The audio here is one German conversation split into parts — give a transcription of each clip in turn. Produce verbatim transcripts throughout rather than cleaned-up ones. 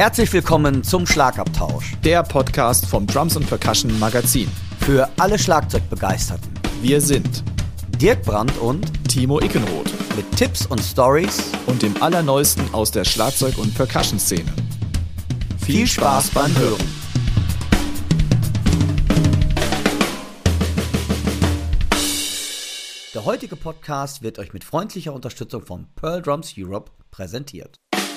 Herzlich willkommen zum Schlagabtausch, der Podcast vom Drums and Percussion Magazin. Für alle Schlagzeugbegeisterten. Wir sind Dirk Brandt und Timo Ickenroth mit Tipps und Stories und dem Allerneuesten aus der Schlagzeug- und Percussion-Szene. Viel, Viel Spaß beim Hören. Der heutige Podcast wird euch mit freundlicher Unterstützung von Pearl Drums Europe präsentiert.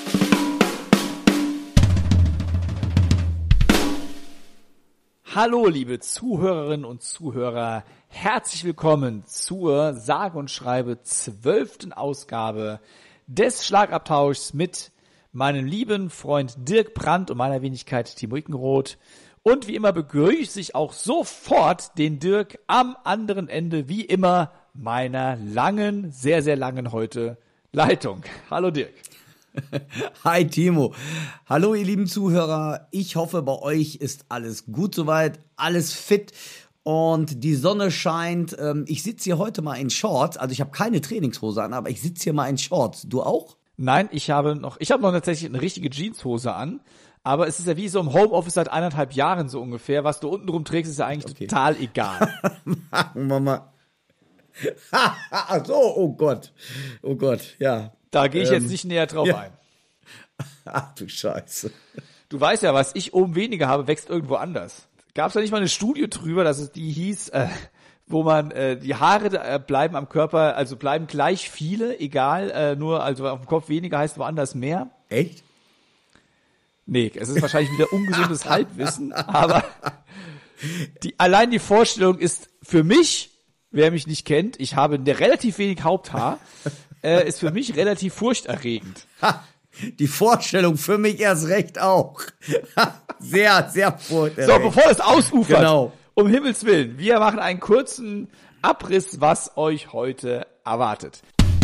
Hallo liebe Zuhörerinnen und Zuhörer, herzlich willkommen zur sage und schreibe zwölften Ausgabe des Schlagabtauschs mit meinem lieben Freund Dirk Brandt und meiner Wenigkeit Timo Ickenroth. Und wie immer begrüße ich auch sofort den Dirk am anderen Ende, wie immer, meiner langen, sehr, sehr langen heute Leitung. Hallo Dirk. Hi Timo. Hallo ihr lieben Zuhörer. Ich hoffe, bei euch ist alles gut soweit, alles fit und die Sonne scheint. Ich sitze hier heute mal in Shorts, also ich habe keine Trainingshose an, aber ich sitze hier mal in Shorts. Du auch? Nein, ich habe noch, ich habe noch tatsächlich eine richtige Jeanshose an. Aber es ist ja wie so im Homeoffice seit eineinhalb Jahren so ungefähr. Was du unten drum trägst, ist ja eigentlich okay. Total egal. Machen wir mal. Ach so, oh Gott. Oh Gott, ja. Da gehe ich ähm, jetzt nicht näher drauf ja. ein. Ach du Scheiße. Du weißt ja, was ich oben weniger habe, wächst irgendwo anders. Gab es da nicht mal eine Studie drüber, dass es die hieß, äh, wo man äh, die Haare äh, bleiben am Körper, also bleiben gleich viele, egal, äh, nur also auf dem Kopf weniger heißt woanders mehr. Echt? Nee, es ist wahrscheinlich wieder ungesundes Halbwissen, aber die, allein die Vorstellung ist für mich, wer mich nicht kennt, ich habe relativ wenig Haupthaar, äh, ist für mich relativ furchterregend. Die Vorstellung für mich erst recht auch. Sehr, sehr furchterregend. So, bevor es ausufert, genau. Um Himmels Willen, wir machen einen kurzen Abriss, was euch heute erwartet.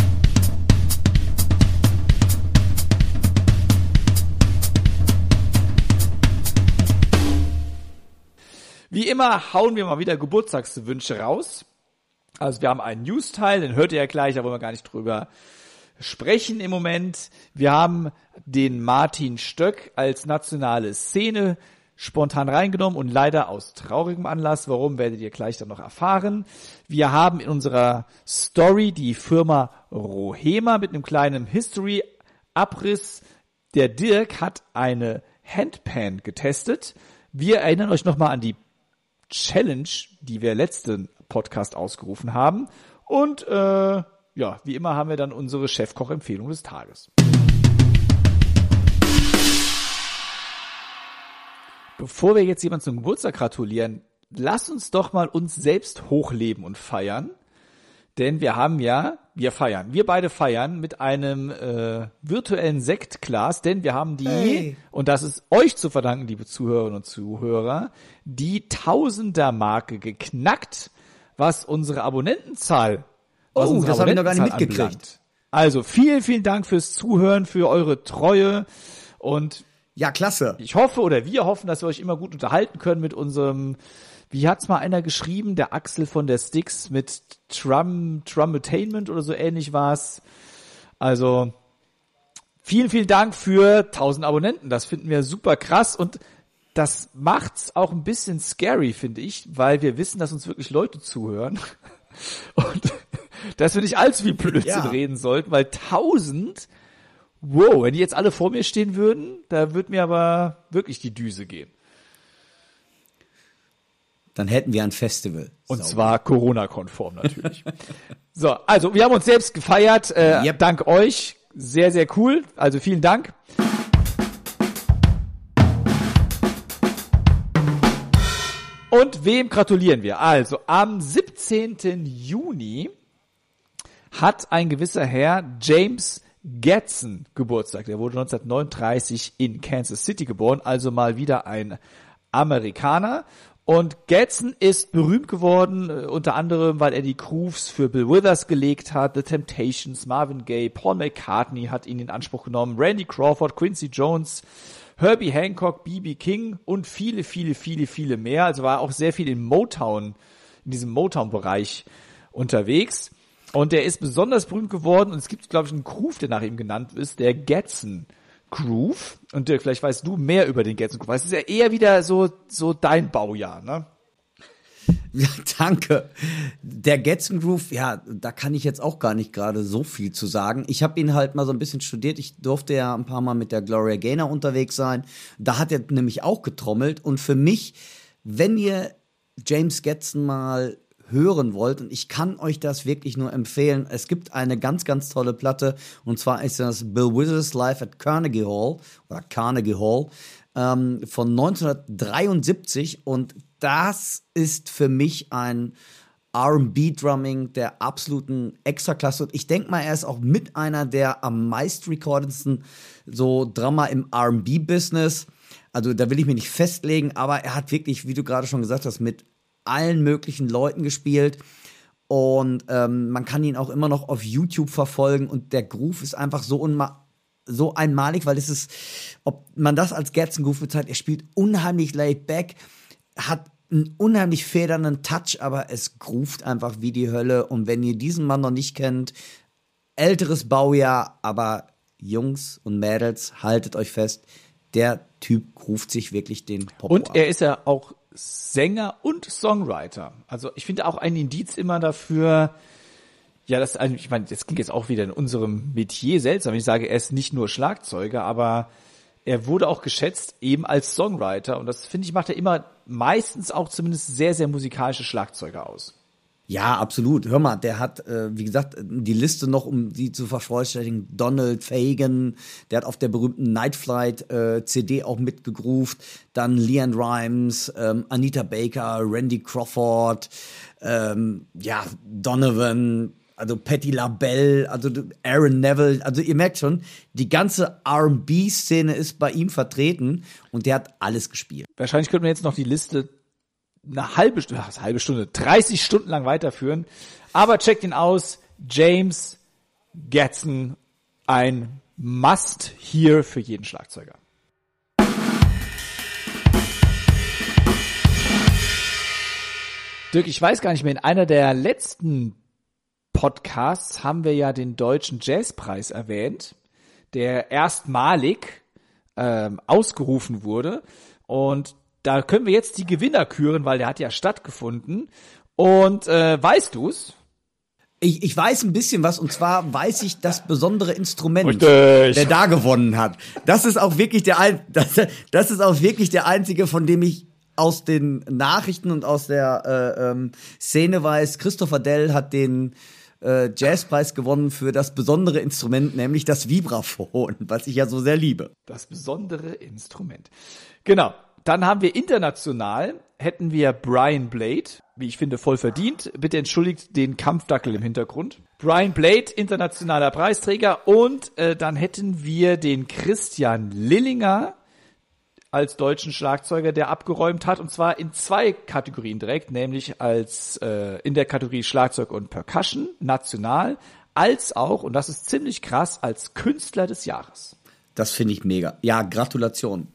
Wie immer hauen wir mal wieder Geburtstagswünsche raus. Also wir haben einen News-Teil, den hört ihr ja gleich, da wollen wir gar nicht drüber sprechen im Moment. Wir haben den Martin Stöck als nationale Szene spontan reingenommen und leider aus traurigem Anlass. Warum, werdet ihr gleich dann noch erfahren. Wir haben in unserer Story die Firma Rohema mit einem kleinen History-Abriss. Der Dirk hat eine Handpan getestet. Wir erinnern euch nochmal an die Challenge, die wir letzten Podcast ausgerufen haben. Und äh, ja, wie immer haben wir dann unsere Chefkoch-Empfehlung des Tages. Bevor wir jetzt jemand zum Geburtstag gratulieren, lasst uns doch mal uns selbst hochleben und feiern. Denn wir haben ja, wir feiern, wir beide feiern mit einem äh, virtuellen Sektglas, denn wir haben die, hey. Und das ist euch zu verdanken, liebe Zuhörerinnen und Zuhörer, die Tausender-Marke geknackt, was unsere Abonnentenzahl, was oh, unsere das habe ich noch gar nicht Abonnentenzahl mitgekriegt. Anbelangt. Also vielen, vielen Dank fürs Zuhören, für eure Treue und ja, klasse. Ich hoffe oder wir hoffen, dass wir euch immer gut unterhalten können mit unserem, wie hat's mal einer geschrieben, der Axel von der Styx mit Trum, Trumbatainment oder so ähnlich war's. Also vielen, vielen Dank für tausend Abonnenten. Das finden wir super krass und das macht's auch ein bisschen scary, finde ich, weil wir wissen, dass uns wirklich Leute zuhören und dass wir nicht allzu viel Blödsinn ja. reden sollten, weil tausend, wow, wenn die jetzt alle vor mir stehen würden, da würde mir aber wirklich die Düse gehen. Dann hätten wir ein Festival. Und Sauber. Zwar Corona-konform natürlich. So, also wir haben uns selbst gefeiert, äh, yep. Dank euch, sehr, sehr cool, also vielen Dank. Und wem gratulieren wir? Also am siebzehnten Juni hat ein gewisser Herr James Gadson Geburtstag. Der wurde neunzehnhundertneununddreißig in Kansas City geboren, also mal wieder ein Amerikaner. Und Gadson ist berühmt geworden, äh, unter anderem, weil er die Grooves für Bill Withers gelegt hat, The Temptations, Marvin Gaye, Paul McCartney hat ihn in Anspruch genommen, Randy Crawford, Quincy Jones, Herbie Hancock, B B King und viele, viele, viele, viele mehr. Also war auch sehr viel in Motown, in diesem Motown-Bereich unterwegs. Und der ist besonders berühmt geworden und es gibt, glaube ich, einen Groove, der nach ihm genannt ist, der Gadson Groove. Und Dirk, vielleicht weißt du mehr über den Getson Groove. Es ist ja eher wieder so, so dein Baujahr, ne? Ja, danke. Der Getson Groove, ja, da kann ich jetzt auch gar nicht gerade so viel zu sagen. Ich habe ihn halt mal so ein bisschen studiert. Ich durfte ja ein paar Mal mit der Gloria Gaynor unterwegs sein. Da hat er nämlich auch getrommelt. Und für mich, wenn ihr James Getson mal hören wollt, und ich kann euch das wirklich nur empfehlen, es gibt eine ganz, ganz tolle Platte, und zwar ist das Bill Withers Live at Carnegie Hall oder Carnegie Hall ähm, von neunzehnhundertdreiundsiebzig, und das ist für mich ein R and B-Drumming der absoluten Extraklasse. Und ich denke mal, er ist auch mit einer der am meist recordedsten so Drummer im R and B-Business. Also da will ich mich nicht festlegen, aber er hat wirklich, wie du gerade schon gesagt hast, mit allen möglichen Leuten gespielt. Und ähm, man kann ihn auch immer noch auf YouTube verfolgen. Und der Groove ist einfach so unma- so einmalig, weil es ist, ob man das als Getson Groove bezeichnet, er spielt unheimlich laid back, hat einen unheimlich federnden Touch, aber es groovt einfach wie die Hölle. Und wenn ihr diesen Mann noch nicht kennt, älteres Baujahr, aber Jungs und Mädels, haltet euch fest, der Typ groovt sich wirklich den Pop. Und er ist ja auch Sänger und Songwriter. Also ich finde auch ein Indiz immer dafür, ja, das, also ich meine, das klingt jetzt auch wieder in unserem Metier seltsam, wenn ich sage, er ist nicht nur Schlagzeuger, aber er wurde auch geschätzt eben als Songwriter, und das, finde ich, macht er immer meistens auch zumindest sehr, sehr musikalische Schlagzeuger aus. Ja, absolut. Hör mal, der hat, äh, wie gesagt, die Liste noch, um sie zu vervollständigen, Donald Fagen, der hat auf der berühmten Night Flight äh, C D auch mitgegroovt, dann LeAnn Rimes, ähm, Anita Baker, Randy Crawford, ähm, ja, Donovan, also Patti LaBelle, also Aaron Neville, also ihr merkt schon, die ganze R and B-Szene ist bei ihm vertreten, und der hat alles gespielt. Wahrscheinlich könnten wir jetzt noch die Liste eine halbe Stunde, ach, eine halbe Stunde, dreißig Stunden lang weiterführen. Aber checkt ihn aus, James Getson, ein Must-Hear für jeden Schlagzeuger. Dirk, ich weiß gar nicht mehr, in einer der letzten Podcasts haben wir ja den Deutschen Jazzpreis erwähnt, der erstmalig ähm, ausgerufen wurde, und da können wir jetzt die Gewinner küren, weil der hat ja stattgefunden. Und äh, weißt du's? Ich, ich weiß ein bisschen was, und zwar weiß ich das besondere Instrument, Richtig. der da gewonnen hat. Das ist auch wirklich der ein, das, das ist auch wirklich der einzige, von dem ich aus den Nachrichten und aus der äh, ähm, Szene weiß. Christopher Dell hat den äh, Jazzpreis gewonnen für das besondere Instrument, nämlich das Vibraphon, was ich ja so sehr liebe. Das besondere Instrument. Genau. Dann haben wir international, hätten wir Brian Blade, wie ich finde, voll verdient. Bitte entschuldigt den Kampfdackel im Hintergrund. Brian Blade, internationaler Preisträger. Und äh, dann hätten wir den Christian Lillinger als deutschen Schlagzeuger, der abgeräumt hat. Und zwar in zwei Kategorien direkt, nämlich als äh, in der Kategorie Schlagzeug und Percussion, national, als auch, und das ist ziemlich krass, als Künstler des Jahres. Das finde ich mega. Ja, Gratulation.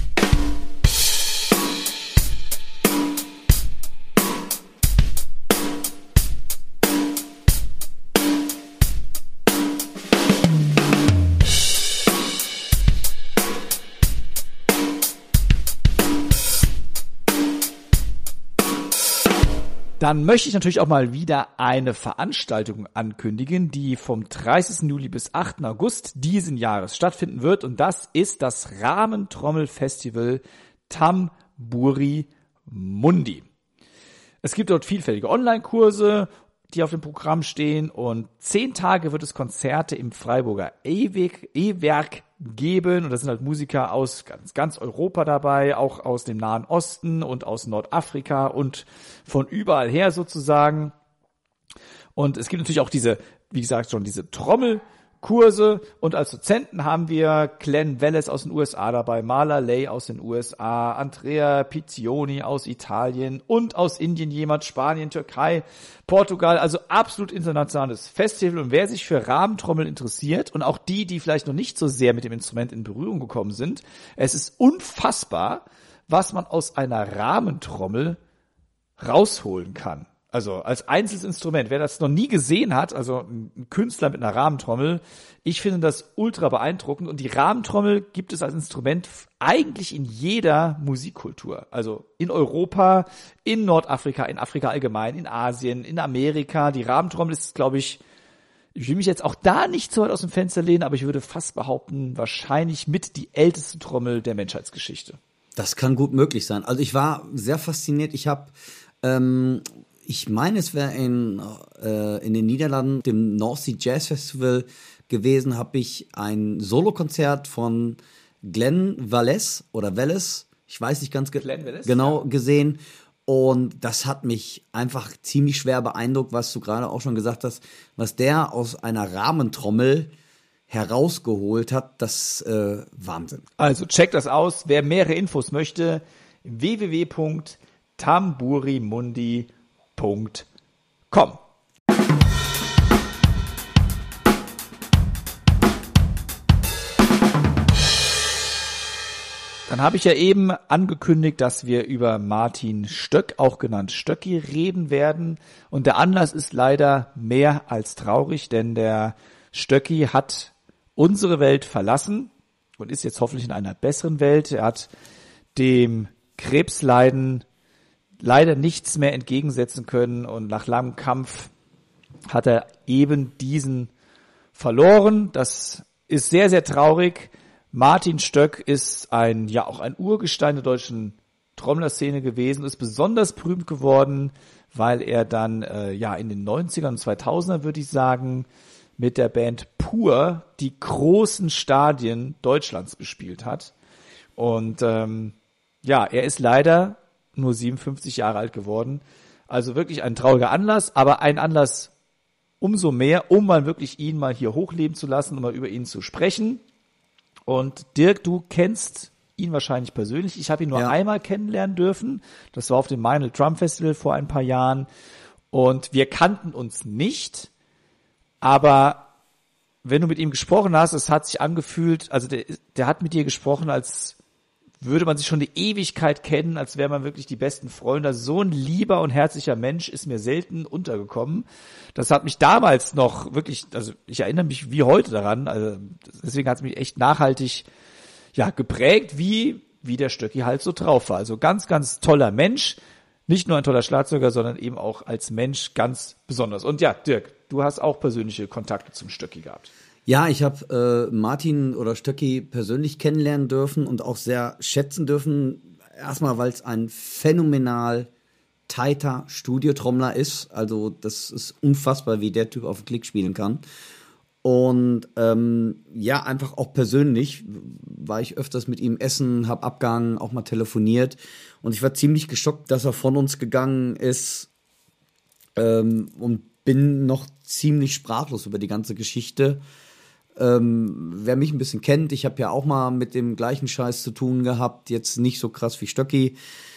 Dann möchte ich natürlich auch mal wieder eine Veranstaltung ankündigen, die vom dreißigsten Juli bis achten August diesen Jahres stattfinden wird. Und das ist das Rahmentrommelfestival Tamburi Mundi. Es gibt dort vielfältige Online-Kurse, die auf dem Programm stehen. Und zehn Tage wird es Konzerte im Freiburger E-Werk geben, und da sind halt Musiker aus ganz, ganz Europa dabei, auch aus dem Nahen Osten und aus Nordafrika und von überall her sozusagen. Und es gibt natürlich auch diese, wie gesagt schon, diese Trommelkurse, und als Dozenten haben wir Glenn Welles aus den U S A dabei, Marla Lay aus den U S A, Andrea Pizzioni aus Italien und aus Indien jemand, Spanien, Türkei, Portugal, also absolut internationales Festival. Und wer sich für Rahmentrommel interessiert, und auch die, die vielleicht noch nicht so sehr mit dem Instrument in Berührung gekommen sind, es ist unfassbar, was man aus einer Rahmentrommel rausholen kann. Also als einzelnes Instrument. Wer das noch nie gesehen hat, also ein Künstler mit einer Rahmentrommel, ich finde das ultra beeindruckend. Und die Rahmentrommel gibt es als Instrument eigentlich in jeder Musikkultur. Also in Europa, in Nordafrika, in Afrika allgemein, in Asien, in Amerika. Die Rahmentrommel ist, glaube ich, ich will mich jetzt auch da nicht so weit aus dem Fenster lehnen, aber ich würde fast behaupten, wahrscheinlich mit die älteste Trommel der Menschheitsgeschichte. Das kann gut möglich sein. Also ich war sehr fasziniert. Ich habe ähm Ich meine, es wäre in, äh, in den Niederlanden, dem North Sea Jazz Festival gewesen, habe ich ein Solokonzert von Glenn Valles oder Valles, ich weiß nicht ganz ge- Valles, genau, ja. gesehen. Und das hat mich einfach ziemlich schwer beeindruckt, was du gerade auch schon gesagt hast, was der aus einer Rahmentrommel herausgeholt hat, das äh, Wahnsinn. Also checkt das aus. Wer mehrere Infos möchte, w w w punkt tamburimundi punkt com. Dann habe ich ja eben angekündigt, dass wir über Martin Stöck, auch genannt Stöcki, reden werden. Und der Anlass ist leider mehr als traurig, denn der Stöcki hat unsere Welt verlassen und ist jetzt hoffentlich in einer besseren Welt. Er hat dem Krebsleiden leider nichts mehr entgegensetzen können und nach langem Kampf hat er eben diesen verloren. Das ist sehr, sehr traurig. Martin Stöck ist ein, ja, auch ein Urgestein der deutschen Trommlerszene gewesen, ist besonders berühmt geworden, weil er dann, äh, ja, in den neunzigern und zweitausendern, würde ich sagen, mit der Band Pur die großen Stadien Deutschlands bespielt hat. Und, ähm, ja, er ist leider nur siebenundfünfzig Jahre alt geworden. Also wirklich ein trauriger Anlass, aber ein Anlass umso mehr, um mal wirklich ihn mal hier hochleben zu lassen, um mal über ihn zu sprechen. Und Dirk, du kennst ihn wahrscheinlich persönlich. Ich habe ihn nur ja. einmal kennenlernen dürfen. Das war auf dem Meinl Drum Festival vor ein paar Jahren. Und wir kannten uns nicht. Aber wenn du mit ihm gesprochen hast, es hat sich angefühlt, also der, der hat mit dir gesprochen, als würde man sich schon eine Ewigkeit kennen, als wäre man wirklich die besten Freunde. So ein lieber und herzlicher Mensch ist mir selten untergekommen. Das hat mich damals noch wirklich, also ich erinnere mich wie heute daran, also deswegen hat es mich echt nachhaltig, ja, geprägt, wie, wie der Stöcki halt so drauf war. Also ganz, ganz toller Mensch. Nicht nur ein toller Schlagzeuger, sondern eben auch als Mensch ganz besonders. Und ja, Dirk, du hast auch persönliche Kontakte zum Stöcki gehabt. Ja, ich habe äh, Martin oder Stöcki persönlich kennenlernen dürfen und auch sehr schätzen dürfen. Erstmal, weil es ein phänomenal tighter Studiotrommler ist. Also das ist unfassbar, wie der Typ auf den Klick spielen kann. Und ähm, ja, einfach auch persönlich war ich öfters mit ihm essen, hab abgehangen, auch mal telefoniert. Und ich war ziemlich geschockt, dass er von uns gegangen ist ähm, und bin noch ziemlich sprachlos über die ganze Geschichte. Ähm, wer mich ein bisschen kennt, ich habe ja auch mal mit dem gleichen Scheiß zu tun gehabt, jetzt nicht so krass wie Stöcki,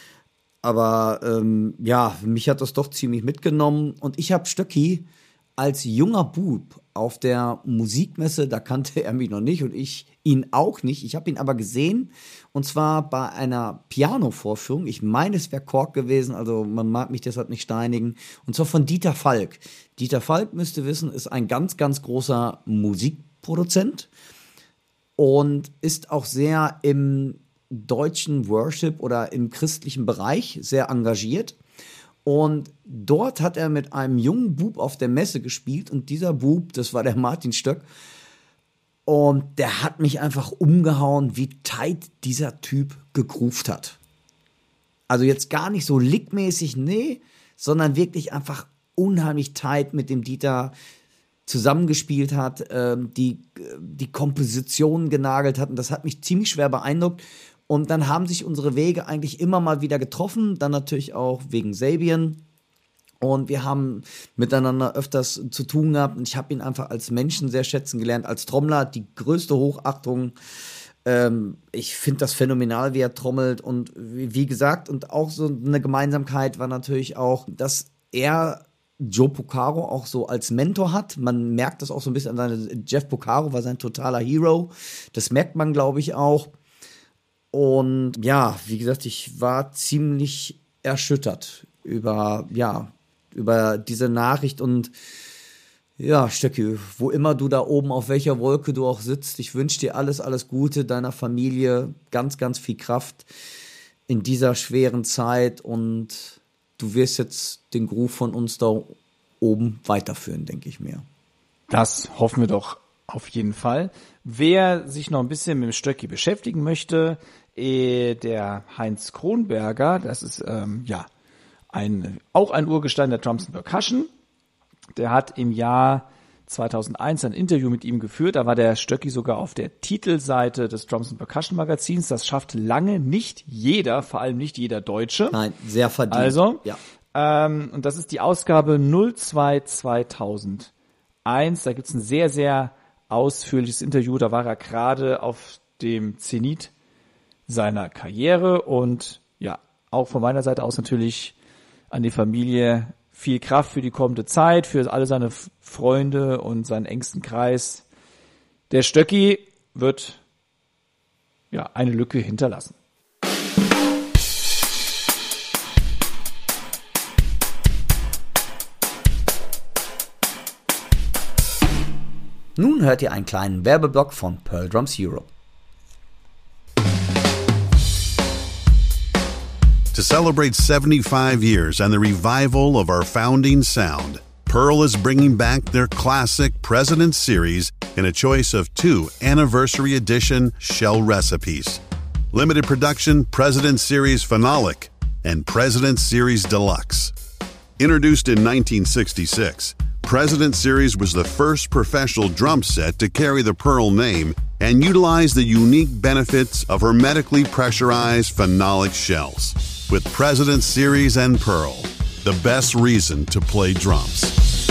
aber ähm, ja, mich hat das doch ziemlich mitgenommen und ich habe Stöcki als junger Bub auf der Musikmesse, da kannte er mich noch nicht und ich ihn auch nicht, ich habe ihn aber gesehen und zwar bei einer Piano-Vorführung, ich meine es wäre Kork gewesen, also man mag mich deshalb nicht steinigen, und zwar von Dieter Falk. Dieter Falk, müsst ihr wissen, ist ein ganz, ganz großer Musikproduzent und ist auch sehr im deutschen Worship oder im christlichen Bereich sehr engagiert. Und dort hat er mit einem jungen Bub auf der Messe gespielt und dieser Bub, das war der Martin Stöck, und der hat mich einfach umgehauen, wie tight dieser Typ gegroovt hat. Also jetzt gar nicht so lickmäßig, nee, sondern wirklich einfach unheimlich tight mit dem Dieter zusammengespielt hat, ähm, die, die Komposition genagelt hat und das hat mich ziemlich schwer beeindruckt. Und dann haben sich unsere Wege eigentlich immer mal wieder getroffen, dann natürlich auch wegen Sabian. Und wir haben miteinander öfters zu tun gehabt. Und ich habe ihn einfach als Menschen sehr schätzen gelernt, als Trommler die größte Hochachtung. Ähm, ich finde das phänomenal, wie er trommelt. Und wie, wie gesagt, und auch so eine Gemeinsamkeit war natürlich auch, dass er Joe Porcaro auch so als Mentor hat. Man merkt das auch so ein bisschen an seine, Jeff Porcaro war sein totaler Hero. Das merkt man, glaube ich, auch. Und ja, wie gesagt, ich war ziemlich erschüttert über, ja, über diese Nachricht und ja, Stöcki, wo immer du da oben auf welcher Wolke du auch sitzt, ich wünsche dir alles, alles Gute, deiner Familie, ganz, ganz viel Kraft in dieser schweren Zeit und du wirst jetzt den Groove von uns da oben weiterführen, denke ich mir. Das hoffen wir doch auf jeden Fall. Wer sich noch ein bisschen mit dem Stöcki beschäftigen möchte, eh, der Heinz Kronberger, das ist ähm, ja ein auch ein Urgestein der Drums and Percussion. Der hat im Jahr zweitausendeins ein Interview mit ihm geführt. Da war der Stöcki sogar auf der Titelseite des Drums and Percussion Magazins. Das schafft lange nicht jeder, vor allem nicht jeder Deutsche. Nein, sehr verdient. Also, ja. ähm, und das ist die Ausgabe null zwei zweitausendeins. Da gibt's ein sehr, sehr ausführliches Interview. Da war er gerade auf dem Zenit seiner Karriere und ja, auch von meiner Seite aus natürlich an die Familie viel Kraft für die kommende Zeit, für alle seine Freunde und seinen engsten Kreis. Der Stöcki wird ja eine Lücke hinterlassen. Nun hört ihr einen kleinen Werbeblock von Pearl Drums Europe. To celebrate seventy-five years and the revival of our founding sound, Pearl is bringing back their classic President Series in a choice of two anniversary edition shell recipes. Limited production President Series Phenolic and President Series Deluxe. Introduced in nineteen sixty-six, President Series was the first professional drum set to carry the Pearl name and utilize the unique benefits of hermetically pressurized phenolic shells. With President Series and Pearl, the best reason to play drums.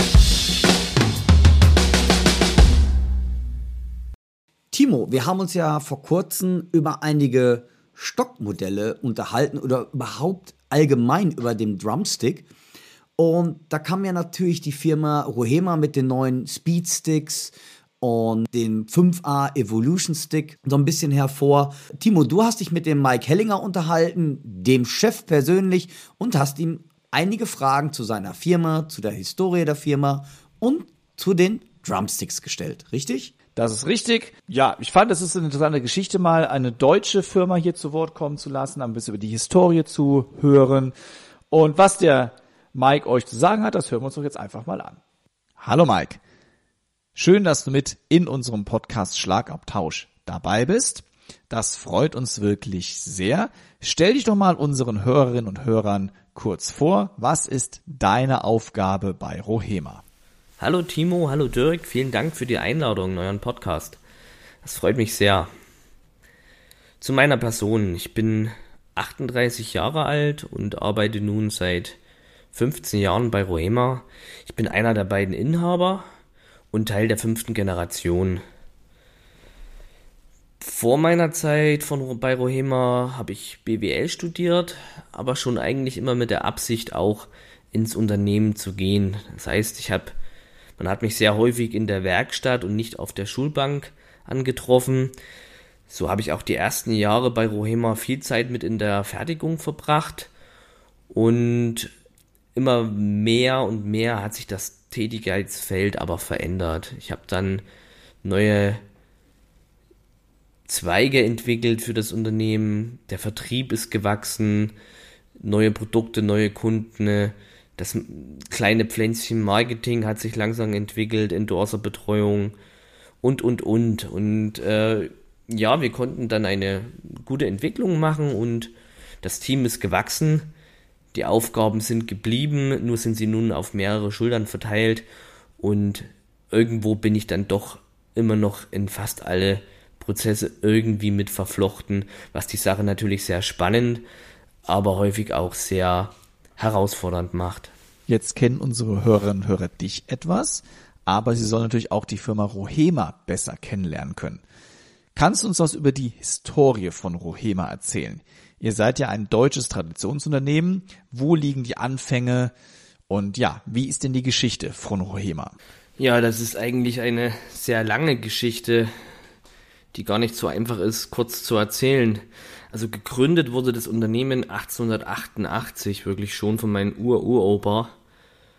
Timo, wir haben uns ja vor kurzem über einige Stockmodelle unterhalten oder überhaupt allgemein über den Drumstick. Und da kam ja natürlich die Firma Rohema mit den neuen Speedsticks und den fünf A Evolution Stick so ein bisschen hervor. Timo, du hast dich mit dem Mike Hellinger unterhalten, dem Chef persönlich, und hast ihm einige Fragen zu seiner Firma, zu der Historie der Firma und zu den Drumsticks gestellt, richtig? Das ist richtig. Ja, ich fand, es ist eine interessante Geschichte, mal eine deutsche Firma hier zu Wort kommen zu lassen, ein bisschen über die Historie zu hören. Und was der Mike euch zu sagen hat, das hören wir uns doch jetzt einfach mal an. Hallo Mike. Schön, dass du mit in unserem Podcast Schlagabtausch dabei bist. Das freut uns wirklich sehr. Stell dich doch mal unseren Hörerinnen und Hörern kurz vor. Was ist deine Aufgabe bei Rohema? Hallo Timo, hallo Dirk. Vielen Dank für die Einladung in euren Podcast. Das freut mich sehr. Zu meiner Person. Ich bin achtunddreißig Jahre alt und arbeite nun seit fünfzehn Jahren bei Rohema. Ich bin einer der beiden Inhaber und Teil der fünften Generation. Vor meiner Zeit von, bei Rohema habe ich B W L studiert, aber schon eigentlich immer mit der Absicht auch ins Unternehmen zu gehen. Das heißt, ich habe, man hat mich sehr häufig in der Werkstatt und nicht auf der Schulbank angetroffen. So habe ich auch die ersten Jahre bei Rohema viel Zeit mit in der Fertigung verbracht und immer mehr und mehr hat sich das Tätigkeitsfeld aber verändert. Ich habe dann neue Zweige entwickelt für das Unternehmen, der Vertrieb ist gewachsen, neue Produkte, neue Kunden, das kleine Pflänzchen Marketing hat sich langsam entwickelt, Endorserbetreuung und, und, und. Und äh, ja, wir konnten dann eine gute Entwicklung machen und das Team ist gewachsen. Die Aufgaben sind geblieben, nur sind sie nun auf mehrere Schultern verteilt und irgendwo bin ich dann doch immer noch in fast alle Prozesse irgendwie mit verflochten, was die Sache natürlich sehr spannend, aber häufig auch sehr herausfordernd macht. Jetzt kennen unsere Hörerinnen und Hörer dich etwas, aber sie sollen natürlich auch die Firma Rohema besser kennenlernen können. Kannst du uns was über die Historie von Rohema erzählen? Ihr seid ja ein deutsches Traditionsunternehmen. Wo liegen die Anfänge? Und ja, wie ist denn die Geschichte von Rohema? Ja, das ist eigentlich eine sehr lange Geschichte, die gar nicht so einfach ist, kurz zu erzählen. Also gegründet wurde das Unternehmen achtzehnhundertachtundachtzig, wirklich schon von meinem Ur-Uropa.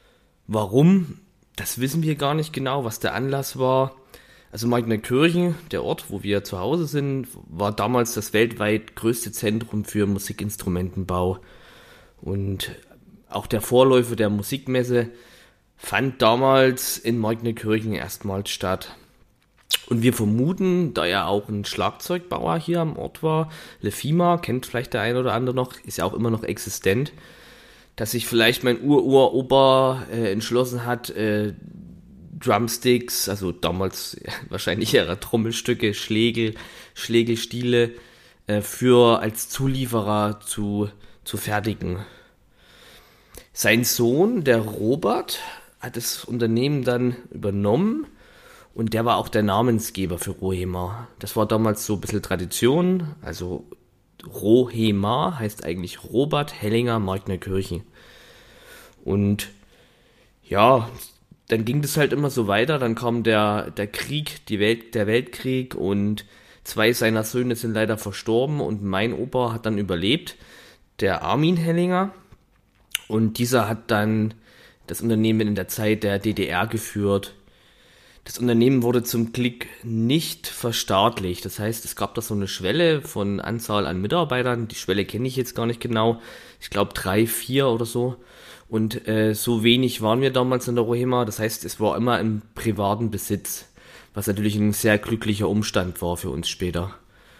Warum? Das wissen wir gar nicht genau, was der Anlass war. Also Markneukirchen, der Ort, wo wir zu Hause sind, war damals das weltweit größte Zentrum für Musikinstrumentenbau. Und auch der Vorläufer der Musikmesse fand damals in Markneukirchen erstmals statt. Und wir vermuten, da ja auch ein Schlagzeugbauer hier am Ort war, Lefima, kennt vielleicht der ein oder andere noch, ist ja auch immer noch existent, dass sich vielleicht mein Ur-Ur-Opa äh, entschlossen hat, äh, Drumsticks, also damals wahrscheinlich eher Trommelstücke, Schlägel, Schlägelstiele äh, für als Zulieferer zu, zu fertigen. Sein Sohn, der Robert, hat das Unternehmen dann übernommen und der war auch der Namensgeber für Rohema. Das war damals so ein bisschen Tradition, also Rohema heißt eigentlich Robert Hellinger Markneukirchen. Und ja, dann ging das halt immer so weiter, dann kam der, der Krieg, die Welt, der Weltkrieg und zwei seiner Söhne sind leider verstorben und mein Opa hat dann überlebt, der Armin Hellinger, und dieser hat dann das Unternehmen in der Zeit der D D R geführt. Das Unternehmen wurde zum Glück nicht verstaatlicht, das heißt, es gab da so eine Schwelle von Anzahl an Mitarbeitern, die Schwelle kenne ich jetzt gar nicht genau, ich glaube drei, vier oder so. Und äh, so wenig waren wir damals in der Rohema, das heißt, es war immer im privaten Besitz, was natürlich ein sehr glücklicher Umstand war für uns später.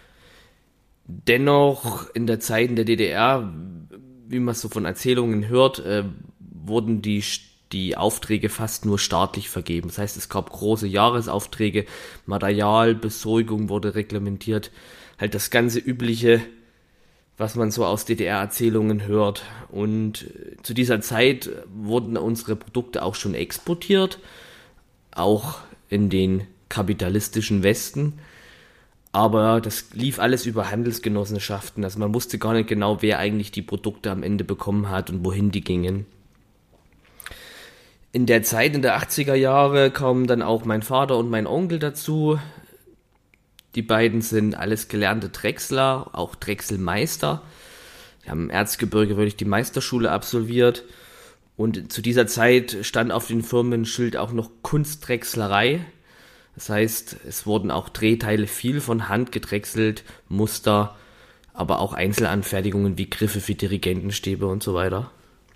Dennoch, in der Zeit in der D D R, wie man so von Erzählungen hört, äh, wurden die, die Aufträge fast nur staatlich vergeben. Das heißt, es gab große Jahresaufträge, Material, Besorgung wurde reglementiert, halt das ganze Übliche, was man so aus D D R-Erzählungen hört. Und zu dieser Zeit wurden unsere Produkte auch schon exportiert, auch in den kapitalistischen Westen. Aber das lief alles über Handelsgenossenschaften. Also man wusste gar nicht genau, wer eigentlich die Produkte am Ende bekommen hat und wohin die gingen. In der Zeit, in der achtziger Jahre, kamen dann auch mein Vater und mein Onkel dazu. Die beiden sind alles gelernte Drechsler, auch Drechselmeister. Die haben im Erzgebirge wirklich die Meisterschule absolviert. Und zu dieser Zeit stand auf dem Firmenschild auch noch Kunstdrechslerei. Das heißt, es wurden auch Drehteile viel von Hand gedrechselt, Muster, aber auch Einzelanfertigungen wie Griffe für Dirigentenstäbe und so weiter.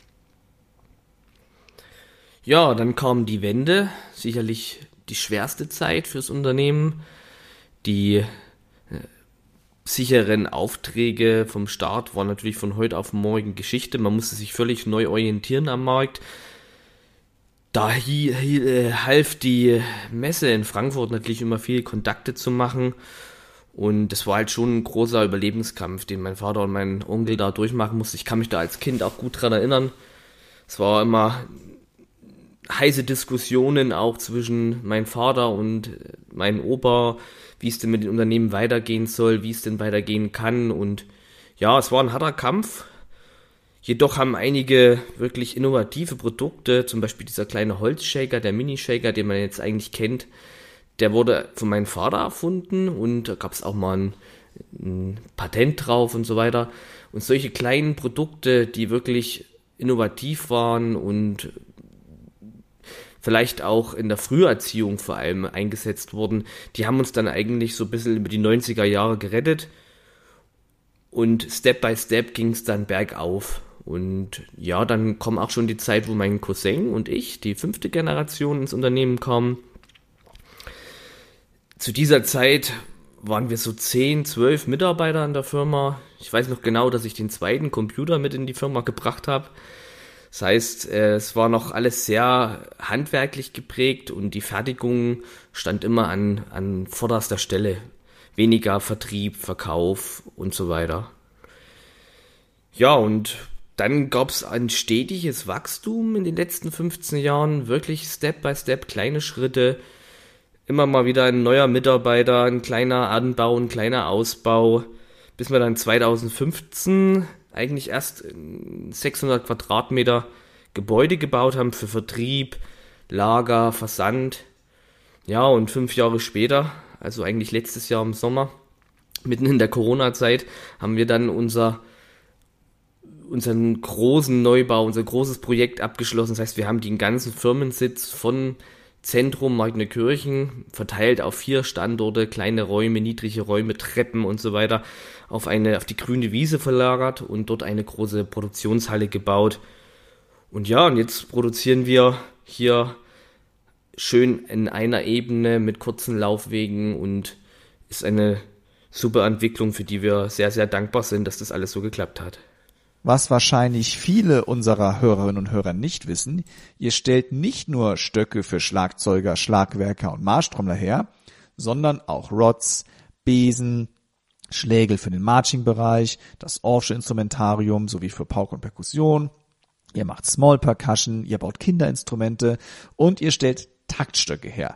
Ja, dann kam die Wende, sicherlich die schwerste Zeit fürs Unternehmen. Die äh, sicheren Aufträge vom Staat waren natürlich von heute auf morgen Geschichte. Man musste sich völlig neu orientieren am Markt. Da hi, hi, äh, half die Messe in Frankfurt natürlich immer viel Kontakte zu machen. Und das war halt schon ein großer Überlebenskampf, den mein Vater und mein Onkel da durchmachen mussten. Ich kann mich da als Kind auch gut dran erinnern. Es war immer heiße Diskussionen auch zwischen meinem Vater und meinem Opa, wie es denn mit den Unternehmen weitergehen soll, wie es denn weitergehen kann. Und ja, es war ein harter Kampf. Jedoch haben einige wirklich innovative Produkte, zum Beispiel dieser kleine Holzshaker, der Mini-Shaker, den man jetzt eigentlich kennt, der wurde von meinem Vater erfunden und da gab es auch mal ein, ein Patent drauf und so weiter. Und solche kleinen Produkte, die wirklich innovativ waren und vielleicht auch in der Früherziehung vor allem eingesetzt wurden, die haben uns dann eigentlich so ein bisschen über die neunziger Jahre gerettet und Step by Step ging es dann bergauf. Und ja, dann kam auch schon die Zeit, wo mein Cousin und ich, die fünfte Generation, ins Unternehmen kamen. Zu dieser Zeit waren wir so zehn, zwölf Mitarbeiter in der Firma. Ich weiß noch genau, dass ich den zweiten Computer mit in die Firma gebracht habe. Das heißt, es war noch alles sehr handwerklich geprägt und die Fertigung stand immer an, an vorderster Stelle. Weniger Vertrieb, Verkauf und so weiter. Ja, und dann gab es ein stetiges Wachstum in den letzten fünfzehn Jahren, wirklich Step by Step, kleine Schritte, immer mal wieder ein neuer Mitarbeiter, ein kleiner Anbau, ein kleiner Ausbau, bis wir dann zweitausendfünfzehn eigentlich erst sechshundert Quadratmeter Gebäude gebaut haben für Vertrieb, Lager, Versand. Ja, und fünf Jahre später, also eigentlich letztes Jahr im Sommer, mitten in der Corona-Zeit, haben wir dann unser unseren großen Neubau, unser großes Projekt abgeschlossen. Das heißt, wir haben den ganzen Firmensitz von Zentrum Markneukirchen verteilt auf vier Standorte, kleine Räume, niedrige Räume, Treppen und so weiter, auf eine, auf die grüne Wiese verlagert und dort eine große Produktionshalle gebaut. Und ja, und jetzt produzieren wir hier schön in einer Ebene mit kurzen Laufwegen und ist eine super Entwicklung, für die wir sehr, sehr dankbar sind, dass das alles so geklappt hat. Was wahrscheinlich viele unserer Hörerinnen und Hörer nicht wissen, ihr stellt nicht nur Stöcke für Schlagzeuger, Schlagwerker und Marschtrommler her, sondern auch Rods, Besen, Schlägel für den Marching-Bereich, das Orffsche Instrumentarium sowie für Pauke und Perkussion. Ihr macht Small Percussion, ihr baut Kinderinstrumente und ihr stellt Taktstöcke her.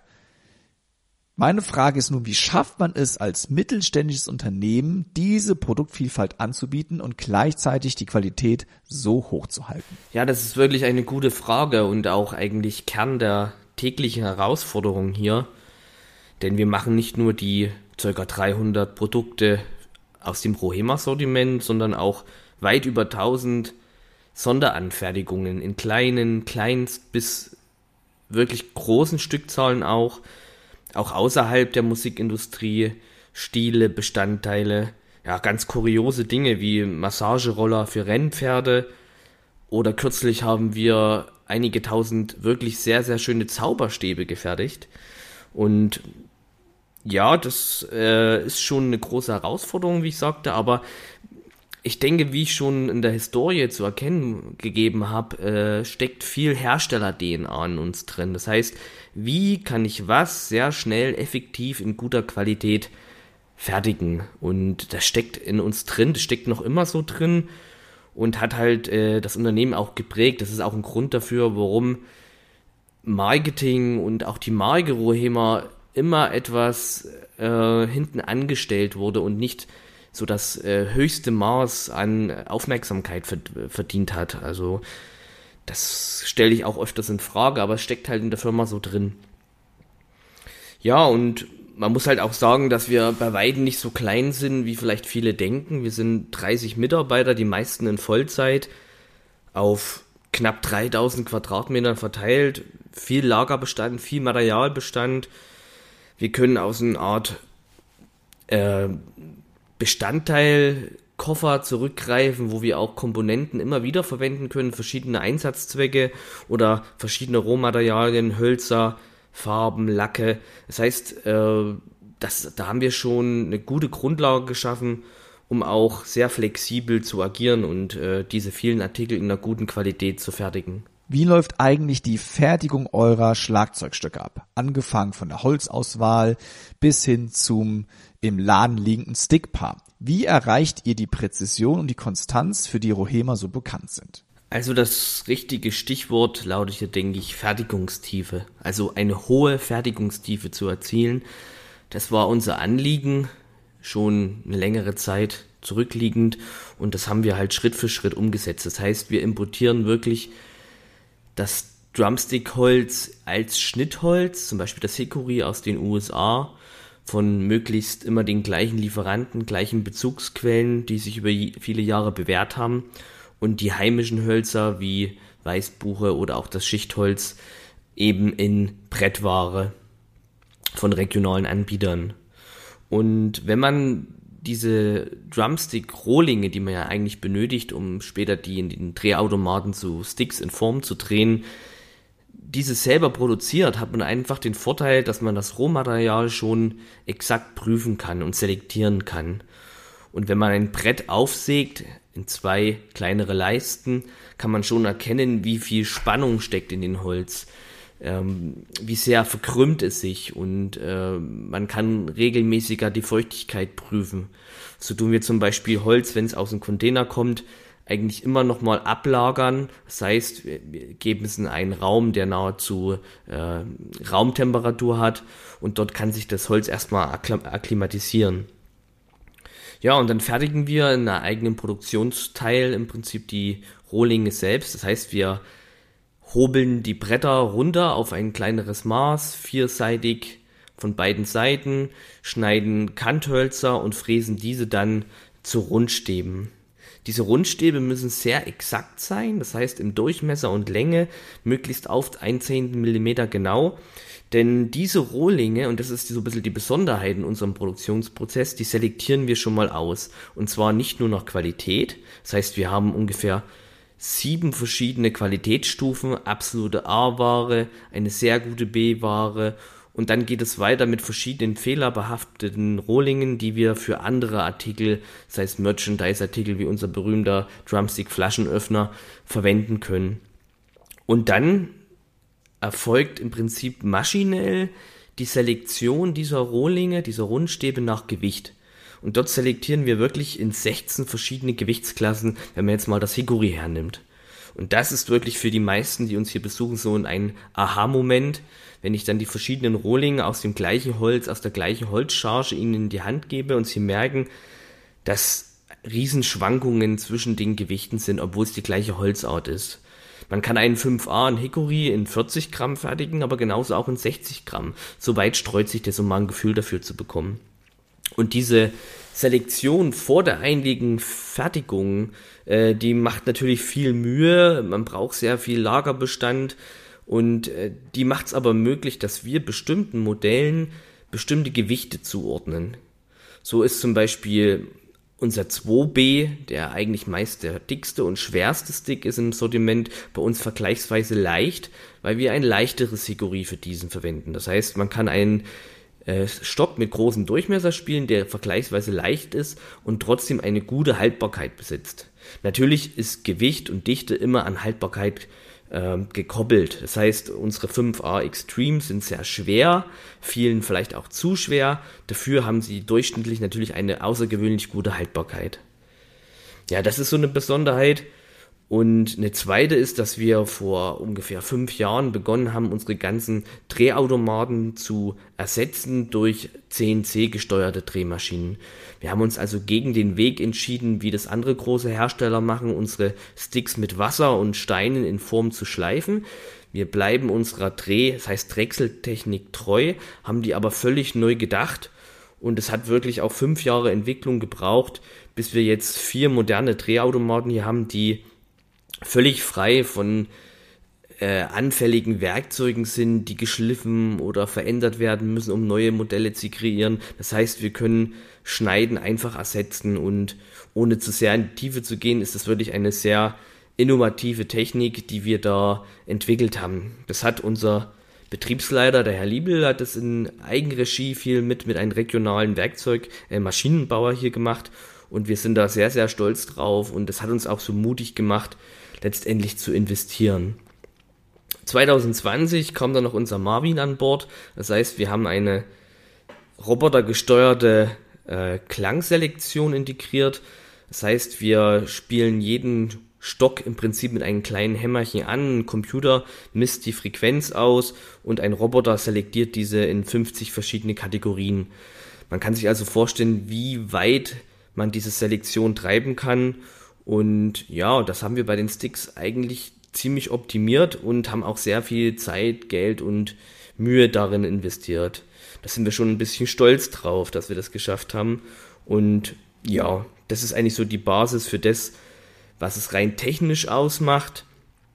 Meine Frage ist nun, wie schafft man es als mittelständisches Unternehmen, diese Produktvielfalt anzubieten und gleichzeitig die Qualität so hoch zu halten? Ja, das ist wirklich eine gute Frage und auch eigentlich Kern der täglichen Herausforderung hier. Denn wir machen nicht nur die ca. dreihundert Produkte aus dem Rohema-Sortiment, sondern auch weit über tausend Sonderanfertigungen in kleinen, kleinst bis wirklich großen Stückzahlen auch. Auch außerhalb der Musikindustrie, Stile, Bestandteile, ja, ganz kuriose Dinge wie Massageroller für Rennpferde oder kürzlich haben wir einige tausend wirklich sehr, sehr schöne Zauberstäbe gefertigt und ja, das äh, ist schon eine große Herausforderung, wie ich sagte, aber ich denke, wie ich schon in der Historie zu erkennen gegeben habe, äh, steckt viel Hersteller-D N A in uns drin. Das heißt, wie kann ich was sehr schnell, effektiv, in guter Qualität fertigen? Und das steckt in uns drin, das steckt noch immer so drin und hat halt äh, das Unternehmen auch geprägt. Das ist auch ein Grund dafür, warum Marketing und auch die Marke Rohema immer etwas äh, hinten angestellt wurde und nicht so das äh, höchste Maß an Aufmerksamkeit verdient hat. Also das stelle ich auch öfters in Frage, aber es steckt halt in der Firma so drin. Ja, und man muss halt auch sagen, dass wir bei weitem nicht so klein sind, wie vielleicht viele denken. Wir sind dreißig Mitarbeiter, die meisten in Vollzeit, auf knapp dreitausend Quadratmetern verteilt, viel Lagerbestand, viel Materialbestand. Wir können aus einer Art äh, Bestandteilkoffer zurückgreifen, wo wir auch Komponenten immer wieder verwenden können, verschiedene Einsatzzwecke oder verschiedene Rohmaterialien, Hölzer, Farben, Lacke. Das heißt, äh, das, da haben wir schon eine gute Grundlage geschaffen, um auch sehr flexibel zu agieren und äh, diese vielen Artikel in einer guten Qualität zu fertigen. Wie läuft eigentlich die Fertigung eurer Schlagzeugstücke ab? Angefangen von der Holzauswahl bis hin zum im Laden liegenden Stickpaar. Wie erreicht ihr die Präzision und die Konstanz, für die Rohema so bekannt sind? Also das richtige Stichwort lautet hier, denke ich, Fertigungstiefe. Also eine hohe Fertigungstiefe zu erzielen. Das war unser Anliegen, schon eine längere Zeit zurückliegend und das haben wir halt Schritt für Schritt umgesetzt. Das heißt, wir importieren wirklich das Drumstick-Holz als Schnittholz, zum Beispiel das Hickory aus den U S A, von möglichst immer den gleichen Lieferanten, gleichen Bezugsquellen, die sich über viele Jahre bewährt haben und die heimischen Hölzer wie Weißbuche oder auch das Schichtholz eben in Brettware von regionalen Anbietern. Und wenn man diese Drumstick-Rohlinge, die man ja eigentlich benötigt, um später die in den Drehautomaten zu Sticks in Form zu drehen, diese selber produziert, hat man einfach den Vorteil, dass man das Rohmaterial schon exakt prüfen kann und selektieren kann. Und wenn man ein Brett aufsägt in zwei kleinere Leisten, kann man schon erkennen, wie viel Spannung steckt in den Holz, ähm, wie sehr verkrümmt es sich und äh, man kann regelmäßiger die Feuchtigkeit prüfen. So tun wir zum Beispiel Holz, wenn es aus dem Container kommt, eigentlich immer nochmal ablagern. Das heißt, wir geben es in einen Raum, der nahezu äh, Raumtemperatur hat und dort kann sich das Holz erstmal akklimatisieren. Ja, und dann fertigen wir in einer eigenen Produktionsteil im Prinzip die Rohlinge selbst. Das heißt, wir hobeln die Bretter runter auf ein kleineres Maß, vierseitig von beiden Seiten, schneiden Kanthölzer und fräsen diese dann zu Rundstäben. Diese Rundstäbe müssen sehr exakt sein, das heißt im Durchmesser und Länge möglichst auf ein Zehntel Millimeter genau, denn diese Rohlinge, und das ist so ein bisschen die Besonderheit in unserem Produktionsprozess, die selektieren wir schon mal aus, und zwar nicht nur nach Qualität, das heißt wir haben ungefähr sieben verschiedene Qualitätsstufen, absolute A-Ware, eine sehr gute B-Ware. Und dann geht es weiter mit verschiedenen fehlerbehafteten Rohlingen, die wir für andere Artikel, sei es Merchandise-Artikel wie unser berühmter Drumstick-Flaschenöffner, verwenden können. Und dann erfolgt im Prinzip maschinell die Selektion dieser Rohlinge, dieser Rundstäbe nach Gewicht. Und dort selektieren wir wirklich in sechzehn verschiedene Gewichtsklassen, wenn man jetzt mal das Hickory hernimmt. Und das ist wirklich für die meisten, die uns hier besuchen, so ein Aha-Moment, wenn ich dann die verschiedenen Rohlinge aus dem gleichen Holz, aus der gleichen Holzcharge ihnen in die Hand gebe und sie merken, dass Riesenschwankungen zwischen den Gewichten sind, obwohl es die gleiche Holzart ist. Man kann einen fünf A, ein Hickory in vierzig Gramm fertigen, aber genauso auch in sechzig Gramm. So weit streut sich das, um mal ein Gefühl dafür zu bekommen. Und diese Selektion vor der einigen Fertigung, äh, die macht natürlich viel Mühe, man braucht sehr viel Lagerbestand und äh, die macht es aber möglich, dass wir bestimmten Modellen bestimmte Gewichte zuordnen. So ist zum Beispiel unser zwei B, der eigentlich meist der dickste und schwerste Stick ist im Sortiment, bei uns vergleichsweise leicht, weil wir ein leichteres Hickory für diesen verwenden. Das heißt, man kann einen Stock mit großem Durchmesser spielen, der vergleichsweise leicht ist und trotzdem eine gute Haltbarkeit besitzt. Natürlich ist Gewicht und Dichte immer an Haltbarkeit äh, gekoppelt. Das heißt, unsere fünf A Extreme sind sehr schwer, vielen vielleicht auch zu schwer. Dafür haben sie durchschnittlich natürlich eine außergewöhnlich gute Haltbarkeit. Ja, das ist so eine Besonderheit. Und eine zweite ist, dass wir vor ungefähr fünf Jahren begonnen haben, unsere ganzen Drehautomaten zu ersetzen durch C N C-gesteuerte Drehmaschinen. Wir haben uns also gegen den Weg entschieden, wie das andere große Hersteller machen, unsere Sticks mit Wasser und Steinen in Form zu schleifen. Wir bleiben unserer Dreh-, das heißt Drechseltechnik treu, haben die aber völlig neu gedacht. Und es hat wirklich auch fünf Jahre Entwicklung gebraucht, bis wir jetzt vier moderne Drehautomaten hier haben, die völlig frei von äh, anfälligen Werkzeugen sind, die geschliffen oder verändert werden müssen, um neue Modelle zu kreieren. Das heißt, wir können Schneiden einfach ersetzen und ohne zu sehr in die Tiefe zu gehen, ist das wirklich eine sehr innovative Technik, die wir da entwickelt haben. Das hat unser Betriebsleiter, der Herr Liebel, hat das in Eigenregie viel mit, mit einem regionalen Werkzeug, äh, Maschinenbauer hier gemacht und wir sind da sehr, sehr stolz drauf und das hat uns auch so mutig gemacht, letztendlich zu investieren. zwanzig zwanzig kam dann noch unser Marvin an Bord. Das heißt, wir haben eine robotergesteuerte äh, Klangselektion integriert. Das heißt, wir spielen jeden Stock im Prinzip mit einem kleinen Hämmerchen an. Ein Computer misst die Frequenz aus und ein Roboter selektiert diese in fünfzig verschiedene Kategorien. Man kann sich also vorstellen, wie weit man diese Selektion treiben kann. Und ja, das haben wir bei den Sticks eigentlich ziemlich optimiert und haben auch sehr viel Zeit, Geld und Mühe darin investiert. Da sind wir schon ein bisschen stolz drauf, dass wir das geschafft haben. Und ja, das ist eigentlich so die Basis für das, was es rein technisch ausmacht.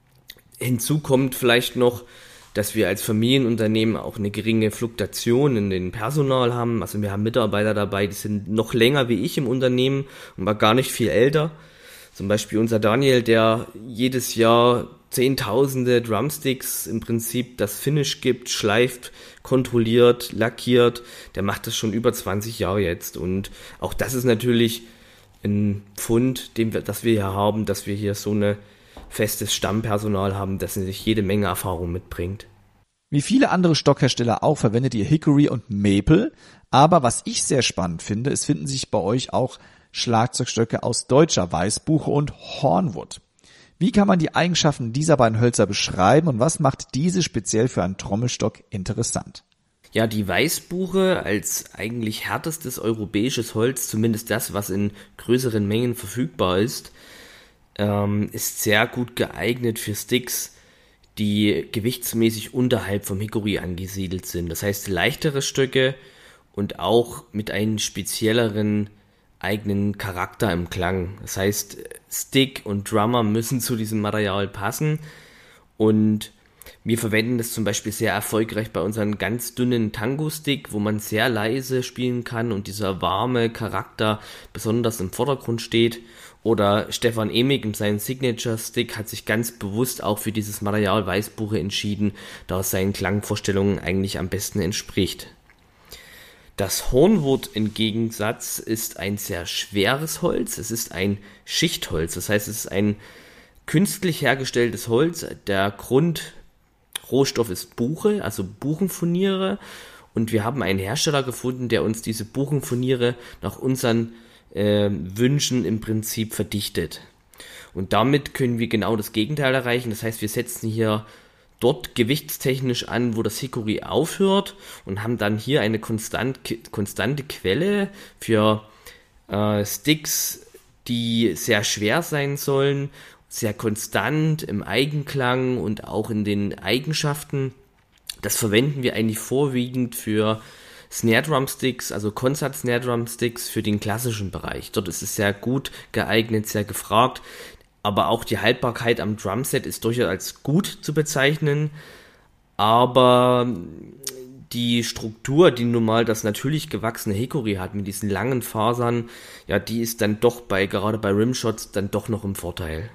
Hinzu kommt vielleicht noch, dass wir als Familienunternehmen auch eine geringe Fluktuation in den Personal haben. Also wir haben Mitarbeiter dabei, die sind noch länger wie ich im Unternehmen und war gar nicht viel älter. Zum Beispiel unser Daniel, der jedes Jahr zehntausende Drumsticks im Prinzip das Finish gibt, schleift, kontrolliert, lackiert, der macht das schon über zwanzig Jahre jetzt. Und auch das ist natürlich ein Pfund, den wir, das wir hier haben, dass wir hier so ein festes Stammpersonal haben, das sich jede Menge Erfahrung mitbringt. Wie viele andere Stockhersteller auch verwendet ihr Hickory und Maple, aber was ich sehr spannend finde, es finden sich bei euch auch Schlagzeugstöcke aus deutscher Weißbuche und Hornwood. Wie kann man die Eigenschaften dieser beiden Hölzer beschreiben und was macht diese speziell für einen Trommelstock interessant? Ja, die Weißbuche als eigentlich härtestes europäisches Holz, zumindest das, was in größeren Mengen verfügbar ist, ähm, ist sehr gut geeignet für Sticks, die gewichtsmäßig unterhalb vom Hickory angesiedelt sind. Das heißt, leichtere Stöcke und auch mit einem spezielleren eigenen Charakter im Klang. Das heißt, Stick und Drummer müssen zu diesem Material passen und wir verwenden das zum Beispiel sehr erfolgreich bei unseren ganz dünnen Tango-Stick, wo man sehr leise spielen kann und dieser warme Charakter besonders im Vordergrund steht. Oder Stefan Emig in seinem Signature-Stick hat sich ganz bewusst auch für dieses Material Weißbuche entschieden, da es seinen Klangvorstellungen eigentlich am besten entspricht. Das Hornwood im Gegensatz ist ein sehr schweres Holz. Es ist ein Schichtholz, das heißt, es ist ein künstlich hergestelltes Holz. Der Grundrohstoff ist Buche, also Buchenfurniere. Und wir haben einen Hersteller gefunden, der uns diese Buchenfurniere nach unseren äh, Wünschen im Prinzip verdichtet. Und damit können wir genau das Gegenteil erreichen. Das heißt, wir setzen hier dort gewichtstechnisch an, wo das Hickory aufhört und haben dann hier eine konstant, konstante Quelle für äh, Sticks, die sehr schwer sein sollen, sehr konstant im Eigenklang und auch in den Eigenschaften. Das verwenden wir eigentlich vorwiegend für Snare Drum Sticks, also Concert Snare Drum Sticks für den klassischen Bereich. Dort ist es sehr gut geeignet, sehr gefragt. Aber auch die Haltbarkeit am Drumset ist durchaus als gut zu bezeichnen. Aber die Struktur, die nun mal das natürlich gewachsene Hickory hat, mit diesen langen Fasern, ja, die ist dann doch bei, gerade bei Rimshots, dann doch noch im Vorteil.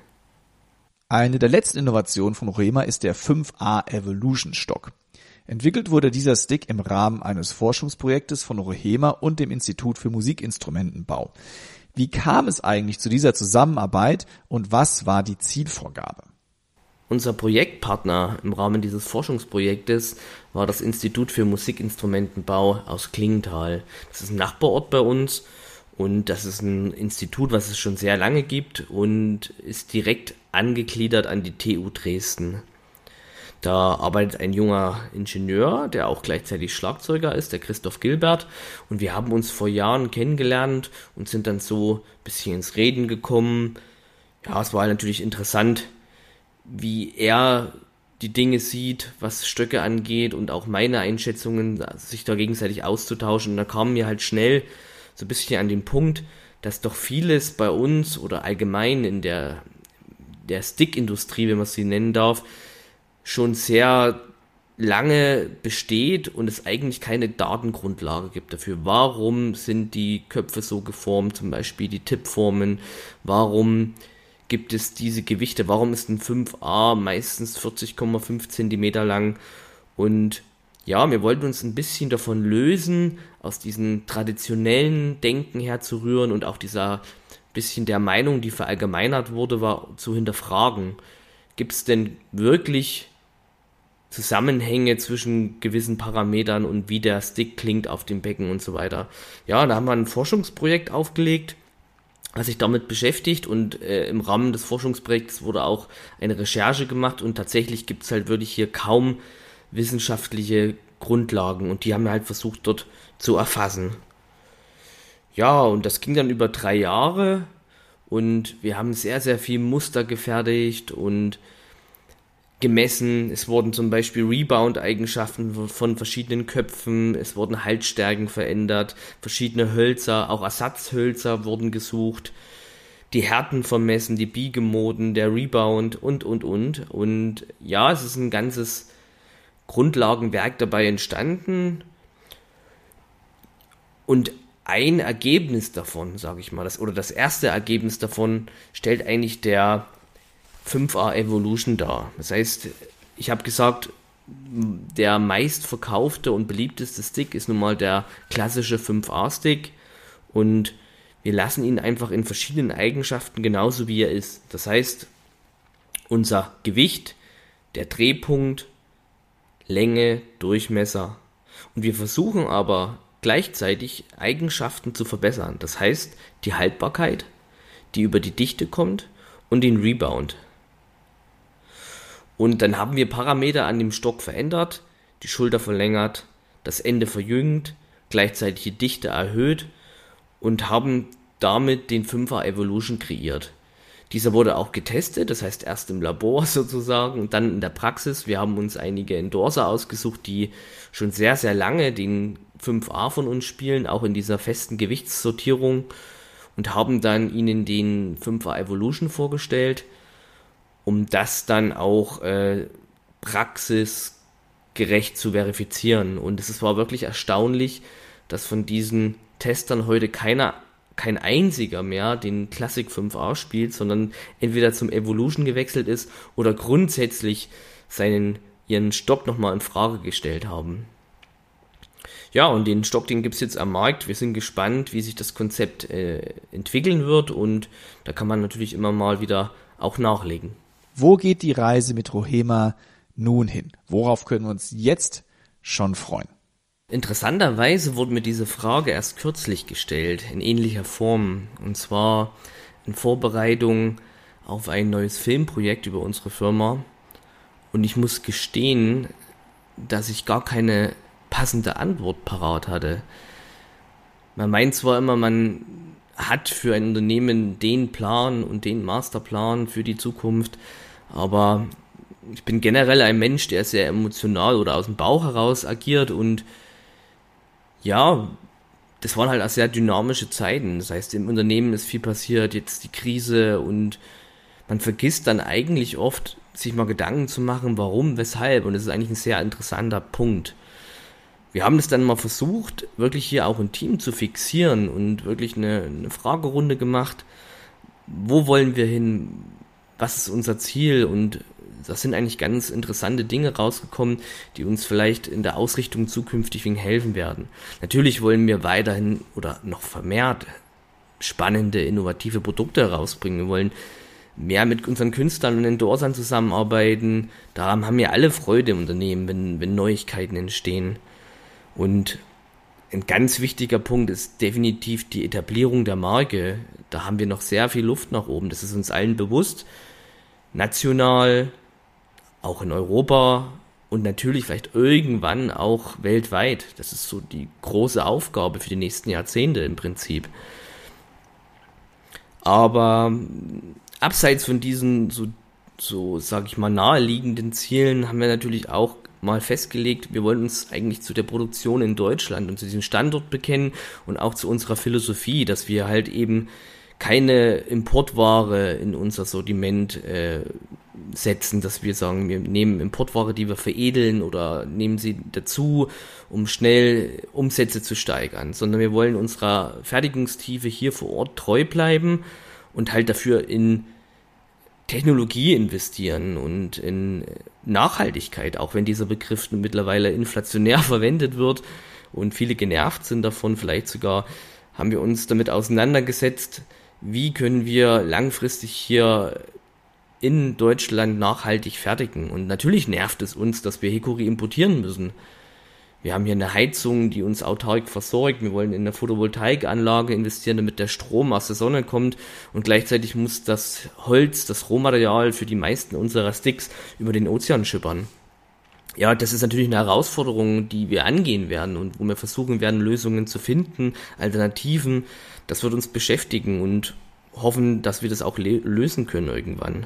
Eine der letzten Innovationen von Rohema ist der fünf A Evolution Stock. Entwickelt wurde dieser Stick im Rahmen eines Forschungsprojektes von Rohema und dem Institut für Musikinstrumentenbau. Wie kam es eigentlich zu dieser Zusammenarbeit und was war die Zielvorgabe? Unser Projektpartner im Rahmen dieses Forschungsprojektes war das Institut für Musikinstrumentenbau aus Klingenthal. Das ist ein Nachbarort bei uns und das ist ein Institut, was es schon sehr lange gibt und ist direkt angegliedert an die T U Dresden. Da arbeitet ein junger Ingenieur, der auch gleichzeitig Schlagzeuger ist, der Christoph Gilbert. Und wir haben uns vor Jahren kennengelernt und sind dann so ein bisschen ins Reden gekommen. Ja, es war natürlich interessant, wie er die Dinge sieht, was Stöcke angeht und auch meine Einschätzungen, sich da gegenseitig auszutauschen. Und da kamen wir halt schnell so ein bisschen an den Punkt, dass doch vieles bei uns oder allgemein in der, der Stick-Industrie, wenn man sie nennen darf, schon sehr lange besteht und es eigentlich keine Datengrundlage gibt dafür. Warum sind die Köpfe so geformt, zum Beispiel die Tippformen? Warum gibt es diese Gewichte? Warum ist ein fünf A meistens vierzig Komma fünf Zentimeter lang? Und ja, wir wollten uns ein bisschen davon lösen, aus diesem traditionellen Denken herzurühren und auch dieser bisschen der Meinung, die verallgemeinert wurde, war zu hinterfragen. Gibt es denn wirklich Zusammenhänge zwischen gewissen Parametern und wie der Stick klingt auf dem Becken und so weiter. Ja, da haben wir ein Forschungsprojekt aufgelegt, was sich damit beschäftigt und äh, im Rahmen des Forschungsprojekts wurde auch eine Recherche gemacht und tatsächlich gibt es halt wirklich hier kaum wissenschaftliche Grundlagen und die haben wir halt versucht dort zu erfassen. Ja, und das ging dann über drei Jahre und wir haben sehr, sehr viel Muster gefertigt und gemessen. Es wurden zum Beispiel Rebound-Eigenschaften von verschiedenen Köpfen, es wurden Haltstärken verändert, verschiedene Hölzer, auch Ersatzhölzer wurden gesucht, die Härten vermessen, die Biegemoden, der Rebound und, und, und. Und ja, es ist ein ganzes Grundlagenwerk dabei entstanden und ein Ergebnis davon, sage ich mal, das, oder das erste Ergebnis davon stellt eigentlich der fünf A Evolution dar. Das heißt, ich habe gesagt, der meistverkaufte und beliebteste Stick ist nun mal der klassische fünf A Stick und wir lassen ihn einfach in verschiedenen Eigenschaften genauso wie er ist. Das heißt, unser Gewicht, der Drehpunkt, Länge, Durchmesser und wir versuchen aber gleichzeitig Eigenschaften zu verbessern. Das heißt, die Haltbarkeit, die über die Dichte kommt und den Rebound. Und dann haben wir Parameter an dem Stock verändert, die Schulter verlängert, das Ende verjüngt, gleichzeitig die Dichte erhöht und haben damit den fünf A Evolution kreiert. Dieser wurde auch getestet, das heißt erst im Labor sozusagen und dann in der Praxis. Wir haben uns einige Endorser ausgesucht, die schon sehr, sehr lange den fünf A von uns spielen, auch in dieser festen Gewichtssortierung. und haben dann ihnen den fünfer Evolution vorgestellt, um das dann auch äh, praxisgerecht zu verifizieren. Und es war wirklich erstaunlich, dass von diesen Testern heute keiner, kein einziger mehr den Classic fünf a spielt, sondern entweder zum Evolution gewechselt ist oder grundsätzlich seinen ihren Stock nochmal in Frage gestellt haben. Ja, und den Stock, den gibt es jetzt am Markt. Wir sind gespannt, wie sich das Konzept äh, entwickeln wird, und da kann man natürlich immer mal wieder auch nachlegen. Wo geht die Reise mit Rohema nun hin? Worauf können wir uns jetzt schon freuen? Interessanterweise wurde mir diese Frage erst kürzlich gestellt, in ähnlicher Form, und zwar in Vorbereitung auf ein neues Filmprojekt über unsere Firma. Und ich muss gestehen, dass ich gar keine passende Antwort parat hatte. Man meint zwar immer, man hat für ein Unternehmen den Plan und den Masterplan für die Zukunft, aber ich bin generell ein Mensch, der sehr emotional oder aus dem Bauch heraus agiert, und ja, das waren halt auch sehr dynamische Zeiten. Das heißt, im Unternehmen ist viel passiert, jetzt die Krise, und man vergisst dann eigentlich oft, sich mal Gedanken zu machen, warum, weshalb, und das ist eigentlich ein sehr interessanter Punkt. Wir haben das dann mal versucht, wirklich hier auch ein Team zu fixieren und wirklich eine, eine Fragerunde gemacht. Wo wollen wir hin? Was ist unser Ziel? Und das sind eigentlich ganz interessante Dinge rausgekommen, die uns vielleicht in der Ausrichtung zukünftig helfen werden. Natürlich wollen wir weiterhin oder noch vermehrt spannende, innovative Produkte herausbringen. Wir wollen mehr mit unseren Künstlern und Endorsern zusammenarbeiten. Daran haben wir alle Freude im Unternehmen, wenn, wenn Neuigkeiten entstehen. Und ein ganz wichtiger Punkt ist definitiv die Etablierung der Marke. Da haben wir noch sehr viel Luft nach oben. Das ist uns allen bewusst. National, auch in Europa und natürlich vielleicht irgendwann auch weltweit. Das ist so die große Aufgabe für die nächsten Jahrzehnte im Prinzip. Aber abseits von diesen so, so sage ich mal, naheliegenden Zielen haben wir natürlich auch mal festgelegt, wir wollen uns eigentlich zu der Produktion in Deutschland und zu diesem Standort bekennen und auch zu unserer Philosophie, dass wir halt eben keine Importware in unser Sortiment äh, setzen, dass wir sagen, wir nehmen Importware, die wir veredeln, oder nehmen sie dazu, um schnell Umsätze zu steigern, sondern wir wollen unserer Fertigungstiefe hier vor Ort treu bleiben und halt dafür in Technologie investieren und in Nachhaltigkeit, auch wenn dieser Begriff mittlerweile inflationär verwendet wird und viele genervt sind davon. Vielleicht sogar haben wir uns damit auseinandergesetzt, wie können wir langfristig hier in Deutschland nachhaltig fertigen. Und natürlich nervt es uns, dass wir Hickory importieren müssen. Wir haben hier eine Heizung, die uns autark versorgt. Wir wollen in eine Photovoltaikanlage investieren, damit der Strom aus der Sonne kommt. Und gleichzeitig muss das Holz, das Rohmaterial für die meisten unserer Sticks über den Ozean schippern. Ja, das ist natürlich eine Herausforderung, die wir angehen werden und wo wir versuchen werden, Lösungen zu finden, Alternativen. Das wird uns beschäftigen und hoffen, dass wir das auch le- lösen können irgendwann.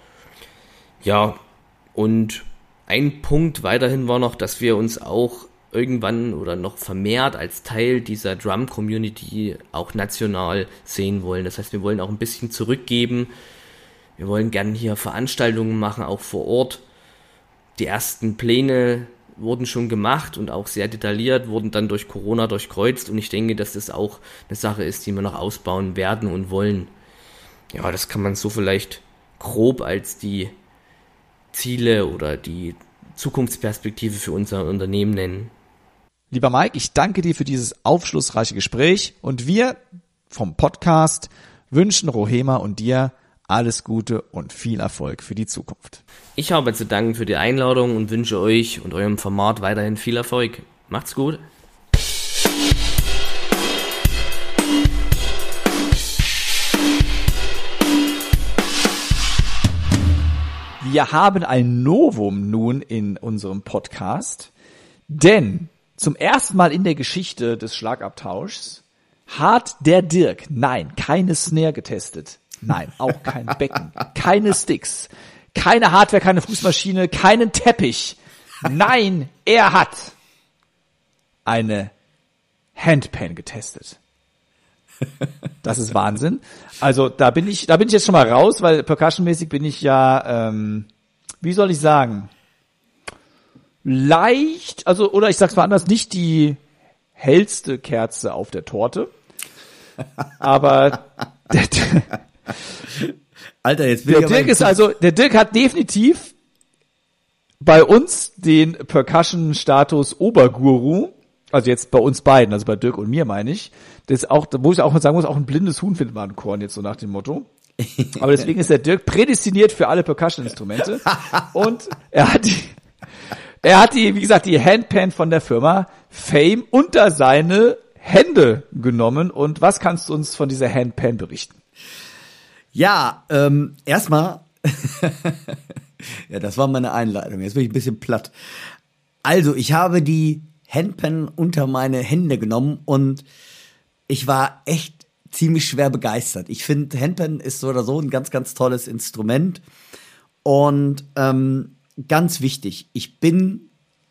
Ja, und ein Punkt weiterhin war noch, dass wir uns auch irgendwann oder noch vermehrt als Teil dieser Drum-Community auch national sehen wollen. Das heißt, wir wollen auch ein bisschen zurückgeben. Wir wollen gerne hier Veranstaltungen machen, auch vor Ort. Die ersten Pläne wurden schon gemacht und auch sehr detailliert, wurden dann durch Corona durchkreuzt. Und ich denke, dass das auch eine Sache ist, die wir noch ausbauen werden und wollen. Ja, das kann man so vielleicht grob als die Ziele oder die Zukunftsperspektive für unser Unternehmen nennen. Lieber Mike, ich danke dir für dieses aufschlussreiche Gespräch, und wir vom Podcast wünschen Rohema und dir alles Gute und viel Erfolg für die Zukunft. Ich habe zu danken für die Einladung und wünsche euch und eurem Format weiterhin viel Erfolg. Macht's gut. Wir haben ein Novum nun in unserem Podcast, denn zum ersten Mal in der Geschichte des Schlagabtauschs hat der Dirk, nein, keine Snare getestet, nein, auch kein Becken, keine Sticks, keine Hardware, keine Fußmaschine, keinen Teppich. Nein, er hat eine Handpan getestet. Das ist Wahnsinn. Also da bin ich, da bin ich jetzt schon mal raus, weil percussionmäßig bin ich ja, ähm, wie soll ich sagen, leicht, also oder ich sag's mal anders, nicht die hellste Kerze auf der Torte, aber der, Alter, jetzt bin der ich Dirk ist also, der Dirk hat definitiv bei uns den Percussion-Status Oberguru. Also jetzt bei uns beiden, also bei Dirk und mir meine ich, das ist auch, wo ich auch mal sagen muss, auch ein blindes Huhn findet man ein Korn jetzt so nach dem Motto. Aber deswegen ist der Dirk prädestiniert für alle Percussion-Instrumente und er hat die, er hat die, wie gesagt, die Handpan von der Firma Fame unter seine Hände genommen. Und was kannst du uns von dieser Handpan berichten? Ja, ähm, erstmal, ja, das war meine Einleitung. Jetzt bin ich ein bisschen platt. Also, ich habe die Handpan unter meine Hände genommen und ich war echt ziemlich schwer begeistert. Ich finde, Handpan ist so oder so ein ganz, ganz tolles Instrument und ähm, ganz wichtig, ich bin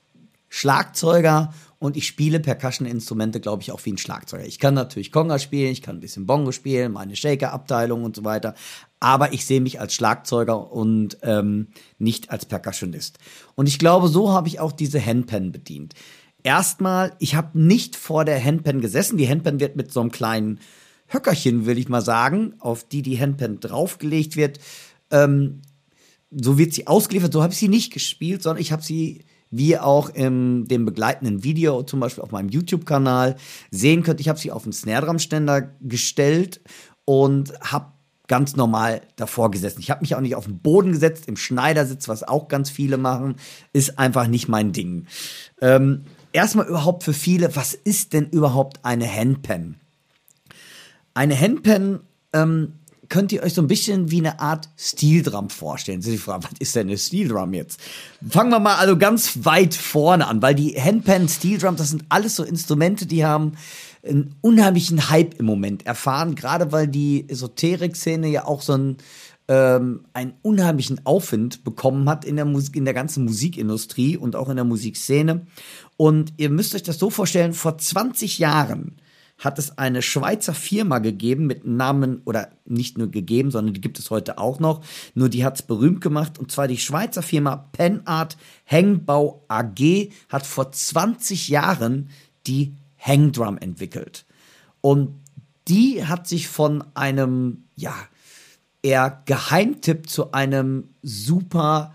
Schlagzeuger und ich spiele Percussion-Instrumente, glaube ich, auch wie ein Schlagzeuger. Ich kann natürlich Conga spielen, ich kann ein bisschen Bongo spielen, meine Shaker-Abteilung und so weiter, aber ich sehe mich als Schlagzeuger und ähm, nicht als Percussionist. Und ich glaube, so habe ich auch diese Handpan bedient. Erstmal, ich habe nicht vor der Handpan gesessen. Die Handpan wird mit so einem kleinen Höckerchen, will ich mal sagen, auf die die Handpan draufgelegt wird. Ähm, so wird sie ausgeliefert. So habe ich sie nicht gespielt, sondern ich habe sie, wie ihr auch in dem begleitenden Video, zum Beispiel auf meinem YouTube-Kanal, sehen könnt. Ich habe sie auf den Snare-Drum-Ständer gestellt und habe ganz normal davor gesessen. Ich habe mich auch nicht auf den Boden gesetzt, im Schneidersitz, was auch ganz viele machen, ist einfach nicht mein Ding. Ähm, Erstmal überhaupt für viele, was ist denn überhaupt eine Handpan? Eine Handpan ähm, könnt ihr euch so ein bisschen wie eine Art Steel Drum vorstellen. Sie fragen, was ist denn eine Steel Drum jetzt? Fangen wir mal also ganz weit vorne an, weil die Handpan, Steel Drum, das sind alles so Instrumente, die haben einen unheimlichen Hype im Moment erfahren, gerade weil die Esoterik-Szene ja auch so einen, ähm, einen unheimlichen Aufwind bekommen hat in der Musik, in der ganzen Musikindustrie und auch in der Musikszene. Und ihr müsst euch das so vorstellen, vor zwanzig Jahren hat es eine Schweizer Firma gegeben mit Namen, oder nicht nur gegeben, sondern die gibt es heute auch noch, nur die hat es berühmt gemacht, und zwar die Schweizer Firma Penart Hängbau A G hat vor zwanzig Jahren die Hangdrum entwickelt. Und die hat sich von einem, ja, eher Geheimtipp zu einem super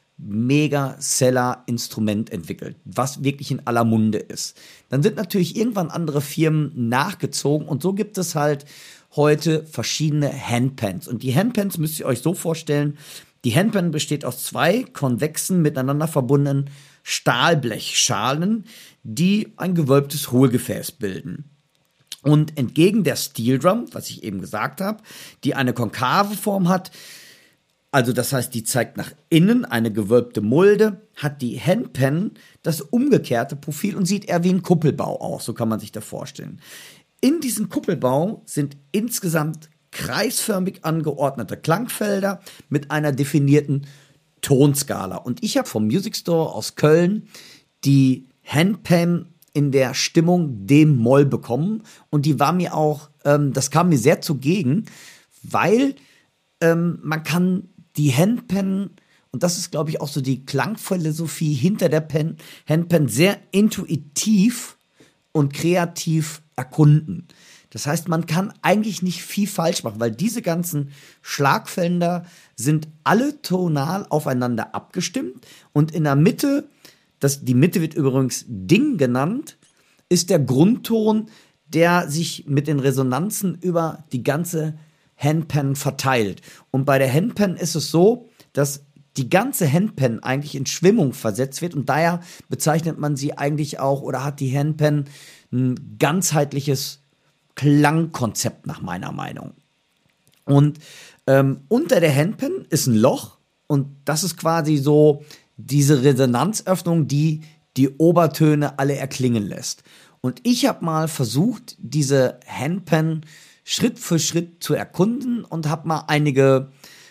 Mega-Seller-Instrument entwickelt, was wirklich in aller Munde ist. Dann sind natürlich irgendwann andere Firmen nachgezogen und so gibt es halt heute verschiedene Handpans. Und die Handpans müsst ihr euch so vorstellen, die Handpan besteht aus zwei konvexen, miteinander verbundenen Stahlblechschalen, die ein gewölbtes Hohlgefäß bilden. Und entgegen der Steel Drum, was ich eben gesagt habe, die eine konkave Form hat, also das heißt, die zeigt nach innen eine gewölbte Mulde, hat die Handpan das umgekehrte Profil und sieht eher wie ein Kuppelbau aus, so kann man sich das vorstellen. In diesem Kuppelbau sind insgesamt kreisförmig angeordnete Klangfelder mit einer definierten Tonskala. Und ich habe vom Music Store aus Köln die Handpan in der Stimmung D-Moll bekommen und die war mir auch, ähm, das kam mir sehr zugegen, weil ähm, man kann die Handpan, und das ist, glaube ich, auch so die Klangphilosophie hinter der Pen, Handpan, sehr intuitiv und kreativ erkunden. Das heißt, man kann eigentlich nicht viel falsch machen, weil diese ganzen Schlagfelder sind alle tonal aufeinander abgestimmt und in der Mitte, das, die Mitte wird übrigens Ding genannt, ist der Grundton, der sich mit den Resonanzen über die ganze Handpan verteilt. Und bei der Handpan ist es so, dass die ganze Handpan eigentlich in Schwingung versetzt wird und daher bezeichnet man sie eigentlich auch oder hat die Handpan ein ganzheitliches Klangkonzept nach meiner Meinung. Und ähm, unter der Handpan ist ein Loch und das ist quasi so diese Resonanzöffnung, die die Obertöne alle erklingen lässt. Und ich habe mal versucht, diese Handpan Schritt für Schritt zu erkunden und habe mal einige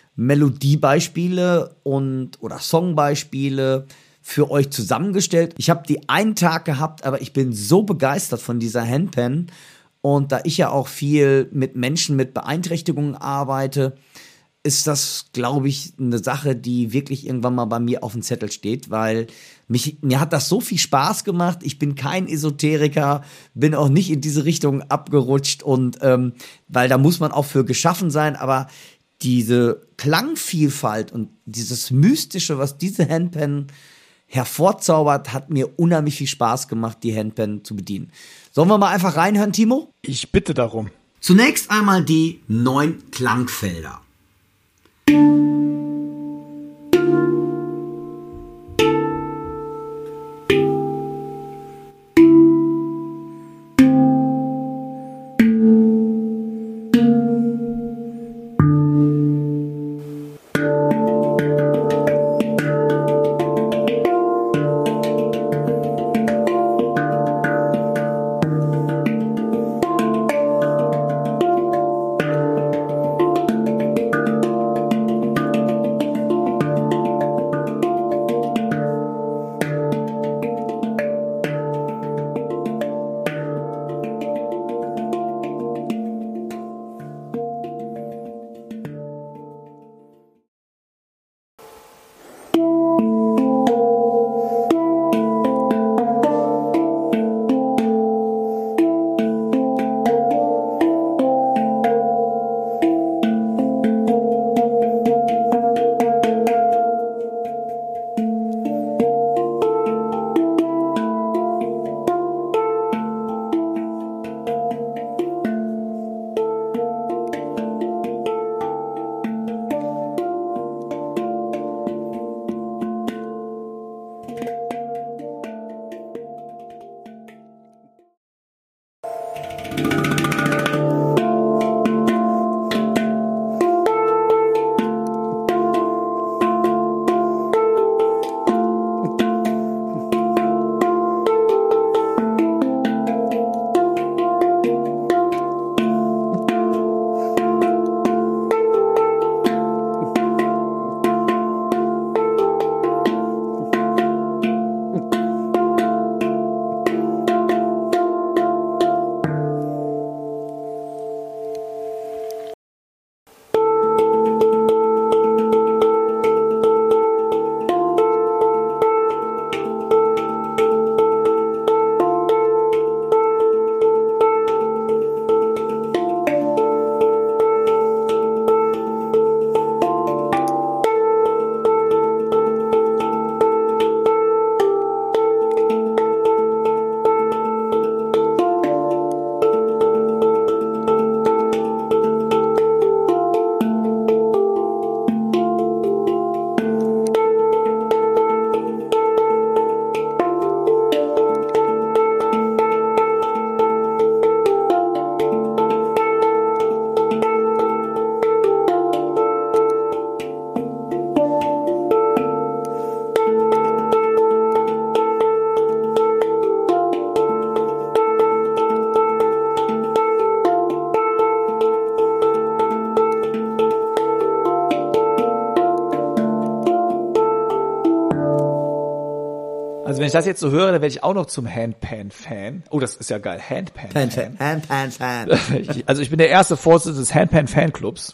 Melodiebeispiele und oder Songbeispiele für euch zusammengestellt. Ich habe die einen Tag gehabt, aber ich bin so begeistert von dieser Handpan Und da ich ja auch viel mit Menschen mit Beeinträchtigungen arbeite, ist das, glaube ich, eine Sache, die wirklich irgendwann mal bei mir auf dem Zettel steht, weil mich, mir hat das so viel Spaß gemacht. Ich bin kein Esoteriker, bin auch nicht in diese Richtung abgerutscht und ähm, weil da muss man auch für geschaffen sein, aber diese Klangvielfalt und dieses Mystische, was diese Handpan hervorzaubert, hat mir unheimlich viel Spaß gemacht, die Handpan zu bedienen. Sollen wir mal einfach reinhören, Timo? Ich bitte darum. Zunächst einmal die neun Klangfelder. Also wenn ich das jetzt so höre, dann werde ich auch noch zum Handpan-Fan. Oh, das ist ja geil. Handpan-Fan. Handpan-Fan. Also ich bin der erste Vorsitzende des Handpan-Fanclubs,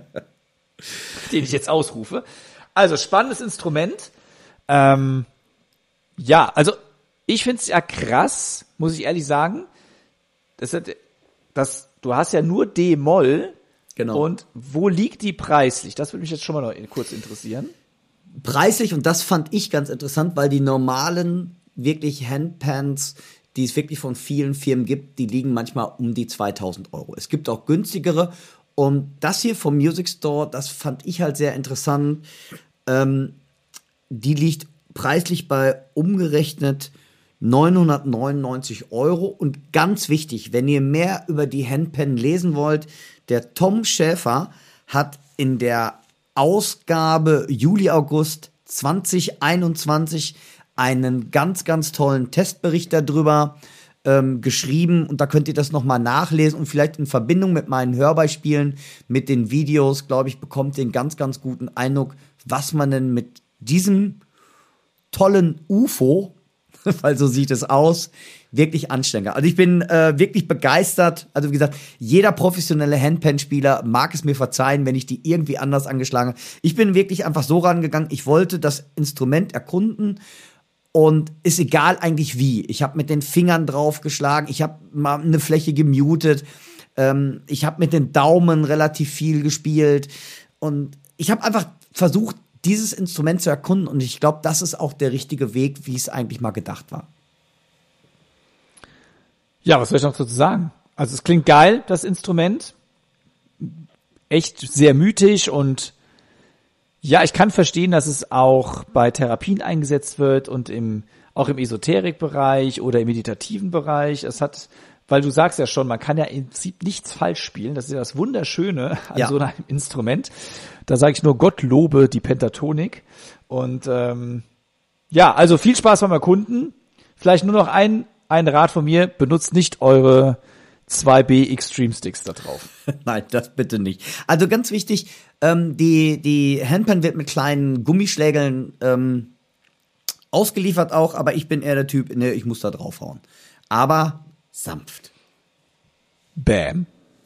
den ich jetzt ausrufe. Also spannendes Instrument. Ähm, ja, also ich finde es ja krass, muss ich ehrlich sagen. Das, das, du hast ja nur D-Moll. Genau. Und wo liegt die preislich? Das würde mich jetzt schon mal noch kurz interessieren. Preislich, und das fand ich ganz interessant, weil die normalen wirklich Handpans, die es wirklich von vielen Firmen gibt, die liegen manchmal um die zweitausend Euro. Es gibt auch günstigere. Und das hier vom Music Store, das fand ich halt sehr interessant. Ähm, die liegt preislich bei umgerechnet neunhundertneunundneunzig Euro. Und ganz wichtig, wenn ihr mehr über die Handpan lesen wollt, der Tom Schäfer hat in der Ausgabe Juli, August zwanzig einundzwanzig einen ganz, ganz tollen Testbericht darüber ähm, geschrieben. Und da könnt ihr das nochmal nachlesen und vielleicht in Verbindung mit meinen Hörbeispielen, mit den Videos, glaube ich, bekommt ihr einen ganz, ganz guten Eindruck, was man denn mit diesem tollen U F O weil so sieht es aus. Wirklich anstrengend. Also ich bin äh, wirklich begeistert. Also wie gesagt, jeder professionelle Handpan-Spieler mag es mir verzeihen, wenn ich die irgendwie anders angeschlagen habe. Ich bin wirklich einfach so rangegangen, ich wollte das Instrument erkunden und ist egal eigentlich wie. Ich habe mit den Fingern draufgeschlagen, ich habe mal eine Fläche gemutet, ähm, ich habe mit den Daumen relativ viel gespielt und ich habe einfach versucht, dieses Instrument zu erkunden und ich glaube, das ist auch der richtige Weg, wie es eigentlich mal gedacht war. Ja, was soll ich noch dazu sagen? Also es klingt geil, das Instrument. Echt sehr mütig und ja, ich kann verstehen, dass es auch bei Therapien eingesetzt wird und im auch im Esoterikbereich oder im meditativen Bereich. Es hat, weil du sagst ja schon, man kann ja im Prinzip nichts falsch spielen. Das ist ja das Wunderschöne an ja. so einem Instrument. Da sage ich nur, Gott lobe die Pentatonik. Und ähm, ja, also viel Spaß beim Erkunden. Vielleicht nur noch ein Ein Rat von mir, benutzt nicht eure zwei B Extreme Sticks da drauf. Nein, das bitte nicht. Also ganz wichtig, ähm, die, die Handpan wird mit kleinen Gummischlägeln ähm, ausgeliefert auch, aber ich bin eher der Typ, ne, ich muss da draufhauen. Aber sanft. Bam.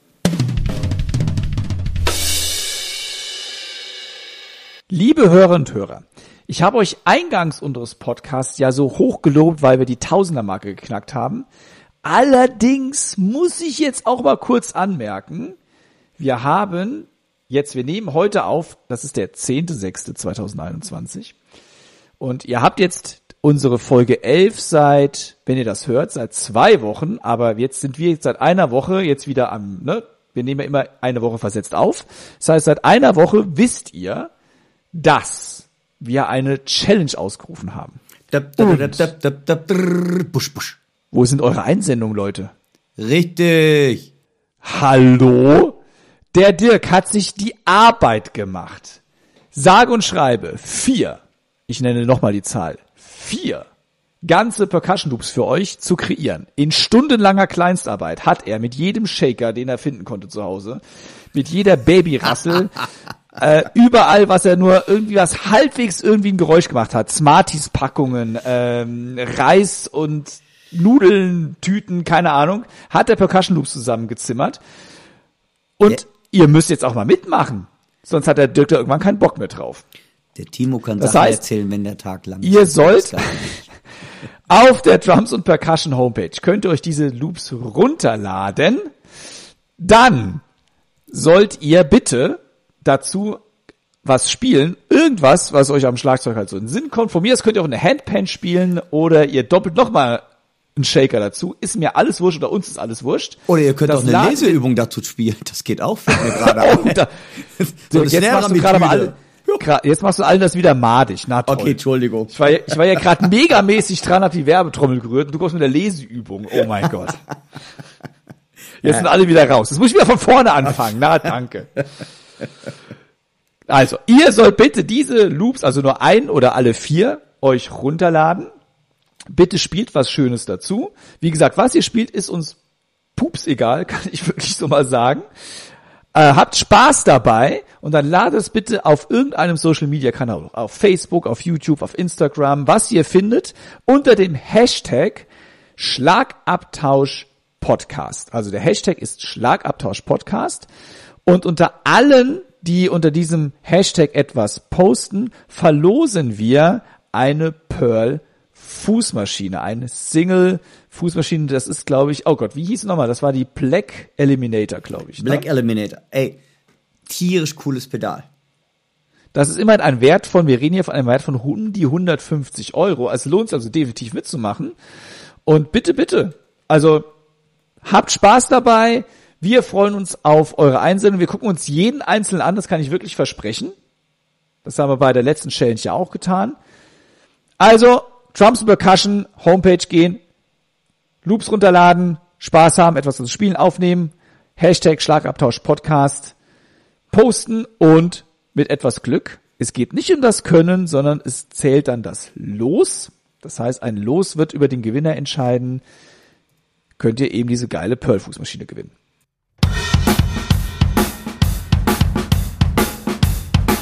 Liebe Hörer und Hörer, ich habe euch eingangs unseres Podcasts ja so hoch gelobt, weil wir die Tausender-Marke geknackt haben. Allerdings muss ich jetzt auch mal kurz anmerken, wir haben jetzt, wir nehmen heute auf, das ist der zehnter sechster zweitausendeinundzwanzig und ihr habt jetzt unsere Folge elf seit, wenn ihr das hört, seit zwei Wochen, aber jetzt sind wir jetzt seit einer Woche jetzt wieder am, ne, wir nehmen ja immer eine Woche versetzt auf. Das heißt, seit einer Woche wisst ihr, dass wir eine Challenge ausgerufen haben. Und Busch, busch. Wo sind eure Einsendungen, Leute? Richtig. Hallo? Der Dirk hat sich die Arbeit gemacht. Sage und schreibe vier, ich nenne nochmal die Zahl, vier ganze Percussion Loops für euch zu kreieren. In stundenlanger Kleinstarbeit hat er mit jedem Shaker, den er finden konnte zu Hause, mit jeder Babyrassel, Äh, überall, was er nur irgendwie was halbwegs irgendwie ein Geräusch gemacht hat. Smarties-Packungen, ähm, Reis und Nudeln, Tüten, keine Ahnung, hat der Percussion Loops zusammengezimmert. Und ja. Ihr müsst jetzt auch mal mitmachen. Sonst hat der Dirk da irgendwann keinen Bock mehr drauf. Der Timo kann das Sachen heißt, erzählen, wenn der Tag lang ist. Ihr sollt auf der Drums und Percussion Homepage könnt ihr euch diese Loops runterladen. Dann sollt ihr bitte dazu was spielen, irgendwas, was euch am Schlagzeug halt so in den Sinn kommt. Von mir aus könnt ihr auch eine Handpan spielen oder ihr doppelt nochmal einen Shaker dazu. Ist mir alles wurscht oder uns ist alles wurscht. Oder ihr könnt das auch eine Laden Leseübung dazu spielen. Das geht auch, fällt mir gerade ein. da, so, jetzt machst du gerade mal alle, jetzt machst du allen das wieder madig. Na toll. Okay, Entschuldigung. Ich war, ich war ja gerade megamäßig dran, hab die Werbetrommel gerührt und du kommst mit der Leseübung. Oh mein Gott. Jetzt sind alle wieder raus. Jetzt muss ich wieder von vorne anfangen. Na, danke. Also, ihr sollt bitte diese Loops, also nur ein oder alle vier, euch runterladen. Bitte spielt was Schönes dazu. Wie gesagt, was ihr spielt, ist uns pups egal, kann ich wirklich so mal sagen. Äh, habt Spaß dabei und dann ladet es bitte auf irgendeinem Social-Media-Kanal, auf Facebook, auf YouTube, auf Instagram, was ihr findet, unter dem Hashtag Schlagabtausch Podcast. Also der Hashtag ist Schlagabtausch Podcast. Und unter allen, die unter diesem Hashtag etwas posten, verlosen wir eine Pearl Fußmaschine, eine Single Fußmaschine. Das ist, glaube ich, oh Gott, wie hieß es nochmal? Das war die Black Eliminator, glaube ich. Ne? Black Eliminator. Ey, tierisch cooles Pedal. Das ist immerhin ein Wert von, wir reden hier von einem Wert von um die hundertfünfzig Euro. Es lohnt sich also definitiv mitzumachen. Und bitte, bitte, also habt Spaß dabei. Wir freuen uns auf eure Einsendung. Wir gucken uns jeden einzelnen an, das kann ich wirklich versprechen. Das haben wir bei der letzten Challenge ja auch getan. Also, Drums and Percussion, Homepage gehen, Loops runterladen, Spaß haben, etwas zu spielen, aufnehmen, Hashtag Schlagabtausch Podcast, posten und mit etwas Glück, es geht nicht um das Können, sondern es zählt dann das Los. Das heißt, ein Los wird über den Gewinner entscheiden, könnt ihr eben diese geile Pearl-Fußmaschine gewinnen.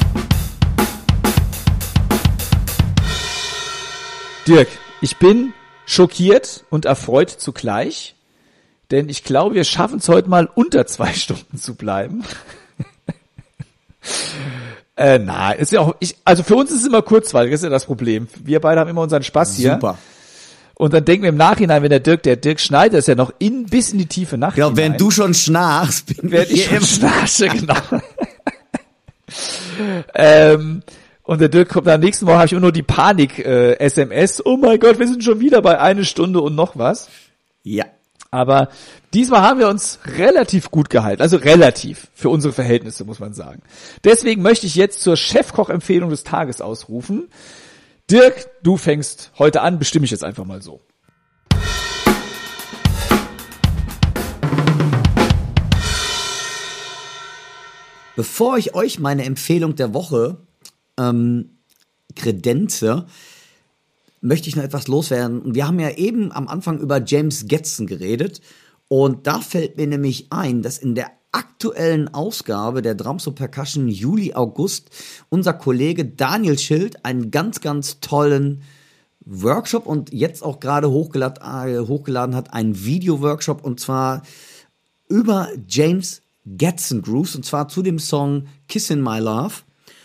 Dirk, ich bin schockiert und erfreut zugleich, denn ich glaube, wir schaffen es heute mal unter zwei Stunden zu bleiben. äh, nein, ist ja auch, ich, also für uns ist es immer kurzweilig, das ist ja das Problem. Wir beide haben immer unseren Spaß hier. Super. Und dann denken wir im Nachhinein, wenn der Dirk, der Dirk Schneider ist ja noch in, bis in die tiefe Nacht Ja, hinein. wenn du schon schnarchst, bin Werd ich ich schon im schnarche, genau. ähm, und der Dirk kommt am nächsten Mal, habe ich immer nur die Panik-S M S. Oh mein Gott, wir sind schon wieder bei eine Stunde und noch was. Ja. Aber diesmal haben wir uns relativ gut gehalten. Also relativ. Für unsere Verhältnisse, muss man sagen. Deswegen möchte ich jetzt zur Chefkoch-Empfehlung des Tages ausrufen. Dirk, du fängst heute an, bestimme ich jetzt einfach mal so. Bevor ich euch meine Empfehlung der Woche ähm, kredenze, möchte ich noch etwas loswerden. Und wir haben ja eben am Anfang über James Gadson geredet. Und da fällt mir nämlich ein, dass in der aktuellen Ausgabe der Drums und Percussion Juli-August unser Kollege Daniel Schild einen ganz, ganz tollen Workshop und jetzt auch gerade hochgeladen, äh, hochgeladen hat, einen Video-Workshop, und zwar über James Gadson Grooves, und zwar zu dem Song Kissin' My Love.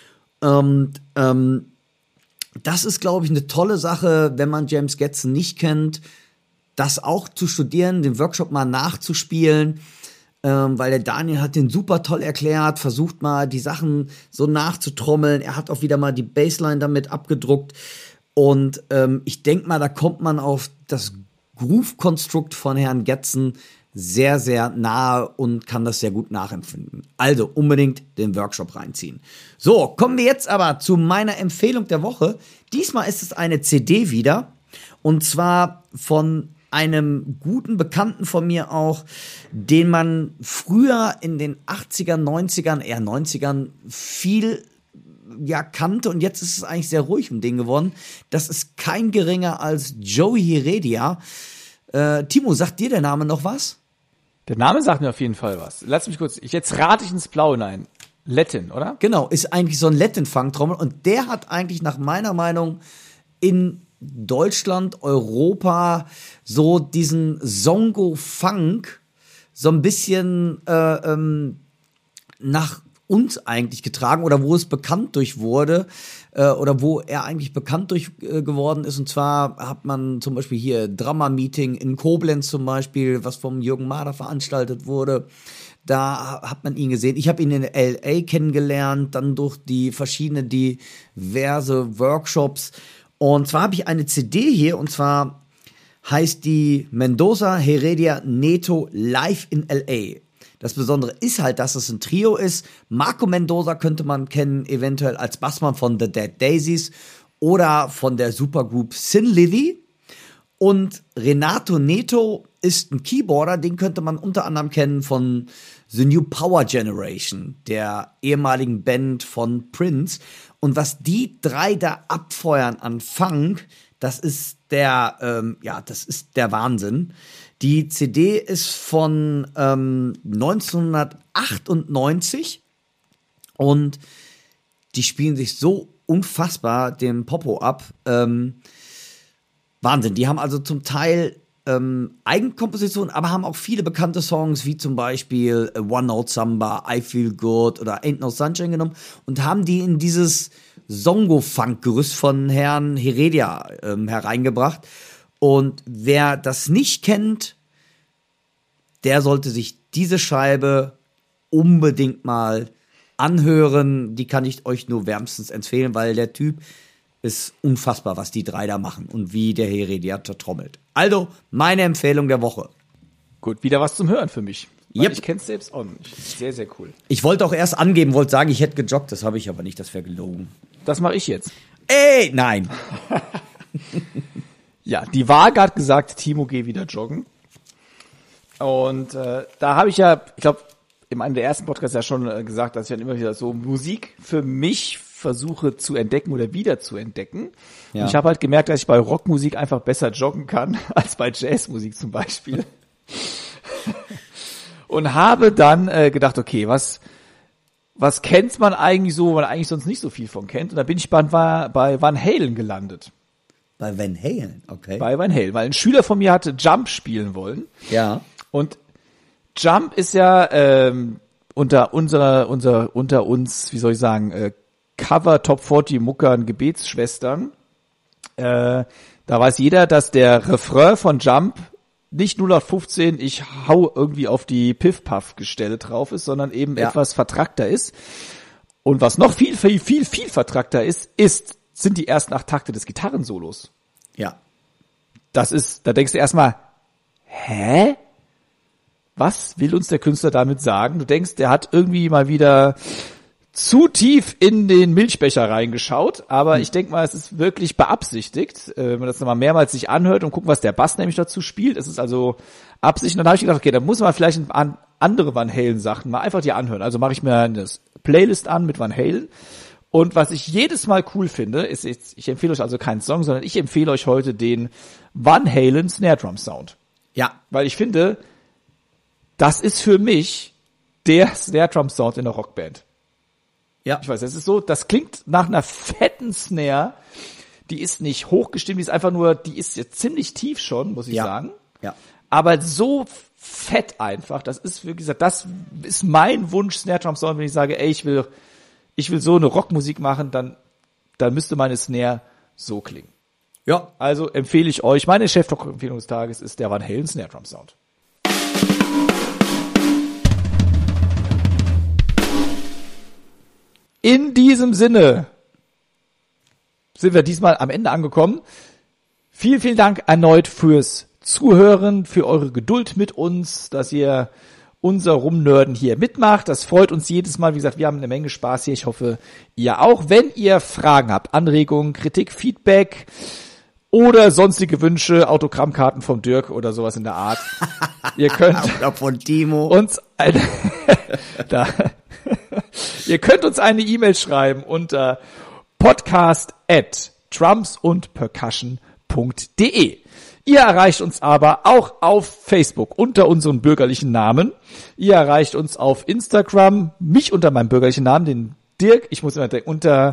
Und ähm, das ist, glaube ich, eine tolle Sache, wenn man James Gadson nicht kennt, das auch zu studieren, den Workshop mal nachzuspielen, ähm, weil der Daniel hat den super toll erklärt, versucht mal die Sachen so nachzutrommeln. Er hat auch wieder mal die Bassline damit abgedruckt. Und ähm, ich denke mal, da kommt man auf das Groove-Konstrukt von Herrn Gadson sehr, sehr nahe und kann das sehr gut nachempfinden. Also unbedingt den Workshop reinziehen. So, kommen wir jetzt aber zu meiner Empfehlung der Woche. Diesmal ist es eine C D wieder, und zwar von einem guten Bekannten von mir auch, den man früher in den achtzigern, neunzigern, eher neunzigern viel ja kannte, und jetzt ist es eigentlich sehr ruhig um den geworden. Das ist kein geringer als Joey Heredia. Äh, Timo, sagt dir der Name noch was? Der Name sagt mir auf jeden Fall was. Lass mich kurz, ich jetzt rate ich ins Blaue hinein. Latin, oder? Genau, ist eigentlich so ein Latin-Funk-Trommel, und der hat eigentlich nach meiner Meinung in Deutschland, Europa so diesen Songo-Funk so ein bisschen äh, ähm, nach uns eigentlich getragen, oder wo es bekannt durch wurde, äh, oder wo er eigentlich bekannt durch äh, geworden ist. Und zwar hat man zum Beispiel hier Drama-Meeting in Koblenz zum Beispiel, was vom Jürgen Mader veranstaltet wurde. Da hat man ihn gesehen. Ich habe ihn in L A kennengelernt, dann durch die verschiedenen diverse Workshops. Und zwar habe ich eine C D hier, und zwar heißt die Mendoza Heredia Neto Live in L A. Das Besondere ist halt, dass es ein Trio ist. Marco Mendoza könnte man kennen, eventuell als Bassmann von The Dead Daisies oder von der Supergroup Sin Lizzy. Und Renato Neto ist ein Keyboarder, den könnte man unter anderem kennen von The New Power Generation, der ehemaligen Band von Prince. Und was die drei da abfeuern an Funk, das ist der, ähm, ja, das ist der Wahnsinn. Die C D ist von ähm, neunzehnhundertachtundneunzig, und die spielen sich so unfassbar den Popo ab. Ähm, Wahnsinn. Die haben also zum Teil ähm, Eigenkompositionen, aber haben auch viele bekannte Songs, wie zum Beispiel One Note Samba, I Feel Good oder Ain't No Sunshine genommen, und haben die in dieses Songo-Funk-Gerüst von Herrn Heredia ähm, hereingebracht. Und wer das nicht kennt, der sollte sich diese Scheibe unbedingt mal anhören. Die kann ich euch nur wärmstens empfehlen, weil der Typ ist unfassbar, was die drei da machen und wie der Heredia trommelt. Also, meine Empfehlung der Woche. Gut, wieder was zum Hören für mich. Weil Yep. Ich kenn's selbst auch nicht. Sehr, sehr cool. Ich wollte auch erst angeben, wollte sagen, ich hätte gejoggt, das habe ich aber nicht, das wäre gelogen. Das mache ich jetzt. Ey, nein. Ja, die Waage hat gesagt, Timo, geh wieder joggen. Und äh, da habe ich ja, ich glaube, in einem der ersten Podcasts ja schon äh, gesagt, dass ich dann immer wieder so Musik für mich versuche zu entdecken oder wieder zu entdecken. Ja. Und ich habe halt gemerkt, dass ich bei Rockmusik einfach besser joggen kann als bei Jazzmusik zum Beispiel. Und habe dann äh, gedacht, okay, was was kennt man eigentlich so, wo man eigentlich sonst nicht so viel von kennt. Und da bin ich bei, bei Van Halen gelandet. Bei Van Halen, okay. Bei Van Halen, weil ein Schüler von mir hatte Jump spielen wollen. Ja. Und Jump ist ja ähm, unter unserer, unser, unter uns, wie soll ich sagen, äh, Cover Top vierzig Muckern Gebetsschwestern. Äh, da weiß jeder, dass der Refrain von Jump nicht null acht fünfzehn, ich hau irgendwie auf die Piff-Puff-Gestelle drauf ist, sondern eben Ja. etwas vertrackter ist. Und was noch viel, viel, viel, viel vertrackter ist, ist, sind die ersten acht Takte des Gitarrensolos. Ja. Das ist, da denkst du erstmal, hä? Was will uns der Künstler damit sagen? Du denkst, der hat irgendwie mal wieder zu tief in den Milchbecher reingeschaut, aber hm. ich denke mal, es ist wirklich beabsichtigt, äh, wenn man das nochmal mehrmals sich anhört und guckt, was der Bass nämlich dazu spielt. Es ist also Absicht. Und dann habe ich gedacht, okay, da muss man vielleicht an andere Van Halen Sachen mal einfach die anhören. Also mache ich mir eine Playlist an mit Van Halen. Und was ich jedes Mal cool finde, ist, jetzt, ich empfehle euch also keinen Song, sondern ich empfehle euch heute den Van Halen Snare Drum Sound. Ja. Weil ich finde, das ist für mich der Snare Drum Sound in der Rockband. Ja. Ich weiß, es ist so, das klingt nach einer fetten Snare, die ist nicht hochgestimmt, die ist einfach nur, die ist jetzt ziemlich tief schon, muss ich Ja. sagen. Ja. Aber so fett einfach, das ist, wie gesagt, das ist mein Wunsch Snare Drum Sound, wenn ich sage, ey, ich will ich will so eine Rockmusik machen, dann dann müsste meine Snare so klingen. Ja. Also empfehle ich euch, meine Chefrock-Empfehlung des Tages ist der Van Halen Snare Drum Sound. In diesem Sinne sind wir diesmal am Ende angekommen. Vielen, vielen Dank erneut fürs Zuhören, für eure Geduld mit uns, dass ihr unser Rumnörden hier mitmacht. Das freut uns jedes Mal. Wie gesagt, wir haben eine Menge Spaß hier. Ich hoffe, ihr auch. Wenn ihr Fragen habt, Anregungen, Kritik, Feedback oder sonstige Wünsche, Autogrammkarten vom Dirk oder sowas in der Art, ihr könnt Oder von Timo. uns eine, da, ihr könnt uns eine E-Mail schreiben unter podcast at drums und percussion punkt de. Ihr erreicht uns aber auch auf Facebook unter unserem bürgerlichen Namen. Ihr erreicht uns auf Instagram, mich unter meinem bürgerlichen Namen, den Dirk, ich muss immer denken, unter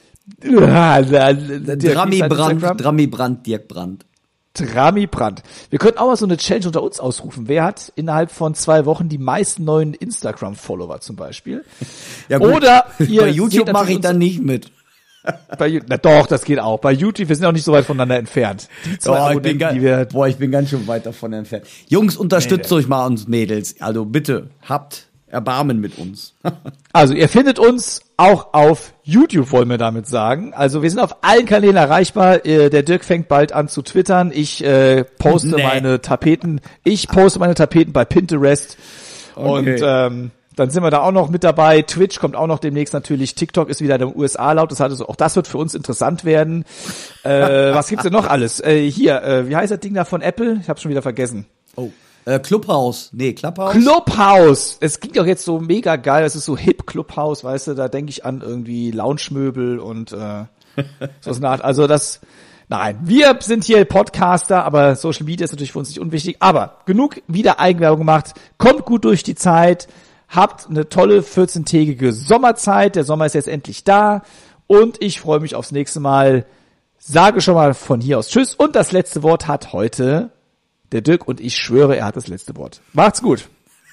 Drami Brand, Drami Brand, Dirk Brand. Drami Brand. Wir könnten auch mal so eine Challenge unter uns ausrufen. Wer hat innerhalb von zwei Wochen die meisten neuen Instagram-Follower zum Beispiel? Ja, gut. Oder ihr bei YouTube seht mache ich uns- dann nicht mit. Bei, na doch, das geht auch. Bei YouTube, wir sind auch nicht so weit voneinander entfernt. Die zwei Oh, ich Abonnenten, bin ga- die wir, boah, ich bin ganz schön weit davon entfernt. Jungs, unterstützt Nee, nee. euch mal uns Mädels. Also bitte, habt Erbarmen mit uns. also ihr findet uns auch auf YouTube, wollen wir damit sagen. Also wir sind auf allen Kanälen erreichbar. Äh, Der Dirk fängt bald an zu twittern. Ich äh, poste Nee. meine Tapeten. Ich poste meine Tapeten bei Pinterest. Okay. Und ähm, dann sind wir da auch noch mit dabei. Twitch kommt auch noch demnächst natürlich. TikTok ist wieder in den U S A laut. Das heißt, also, auch das wird für uns interessant werden. Äh, was gibt's denn noch alles? Äh, hier, äh, wie heißt das Ding da von Apple? Ich hab's schon wieder vergessen. Oh. Äh, Clubhouse. Nee, Clubhouse. Clubhouse. Es klingt auch jetzt so mega geil. Es ist so hip Clubhouse, weißt du. Da denke ich an irgendwie Lounge-Möbel und äh, so eine Art. Also das, nein. Wir sind hier Podcaster, aber Social Media ist natürlich für uns nicht unwichtig. Aber genug wieder Eigenwerbung gemacht. Kommt gut durch die Zeit. Habt eine tolle vierzehntägige Sommerzeit. Der Sommer ist jetzt endlich da. Und ich freue mich aufs nächste Mal. Sage schon mal von hier aus Tschüss. Und das letzte Wort hat heute der Dirk und ich schwöre, er hat das letzte Wort. Macht's gut.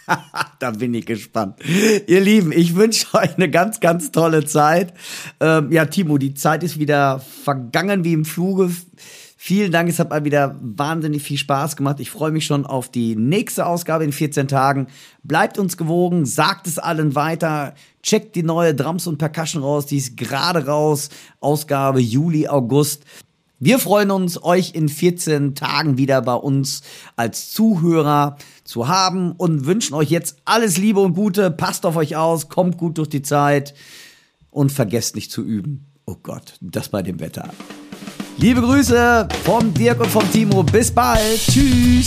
Da bin ich gespannt. Ihr Lieben, ich wünsche euch eine ganz, ganz tolle Zeit. Ähm, ja, Timo, die Zeit ist wieder vergangen wie im Fluge. Vielen Dank, es hat mal wieder wahnsinnig viel Spaß gemacht. Ich freue mich schon auf die nächste Ausgabe in vierzehn Tagen. Bleibt uns gewogen, sagt es allen weiter. Checkt die neue Drums und Percussion raus, die ist gerade raus. Ausgabe Juli, August. Wir freuen uns, euch in vierzehn Tagen wieder bei uns als Zuhörer zu haben und wünschen euch jetzt alles Liebe und Gute. Passt auf euch aus, kommt gut durch die Zeit und vergesst nicht zu üben. Oh Gott, das bei dem Wetter. Liebe Grüße vom Dirk und vom Timo. Bis bald. Tschüss.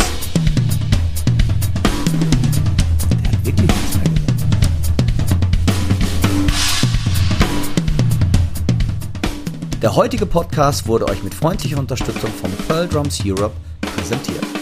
Der hat wirklich nichts mehr gesagt. Der heutige Podcast wurde euch mit freundlicher Unterstützung von Pearl Drums Europe präsentiert.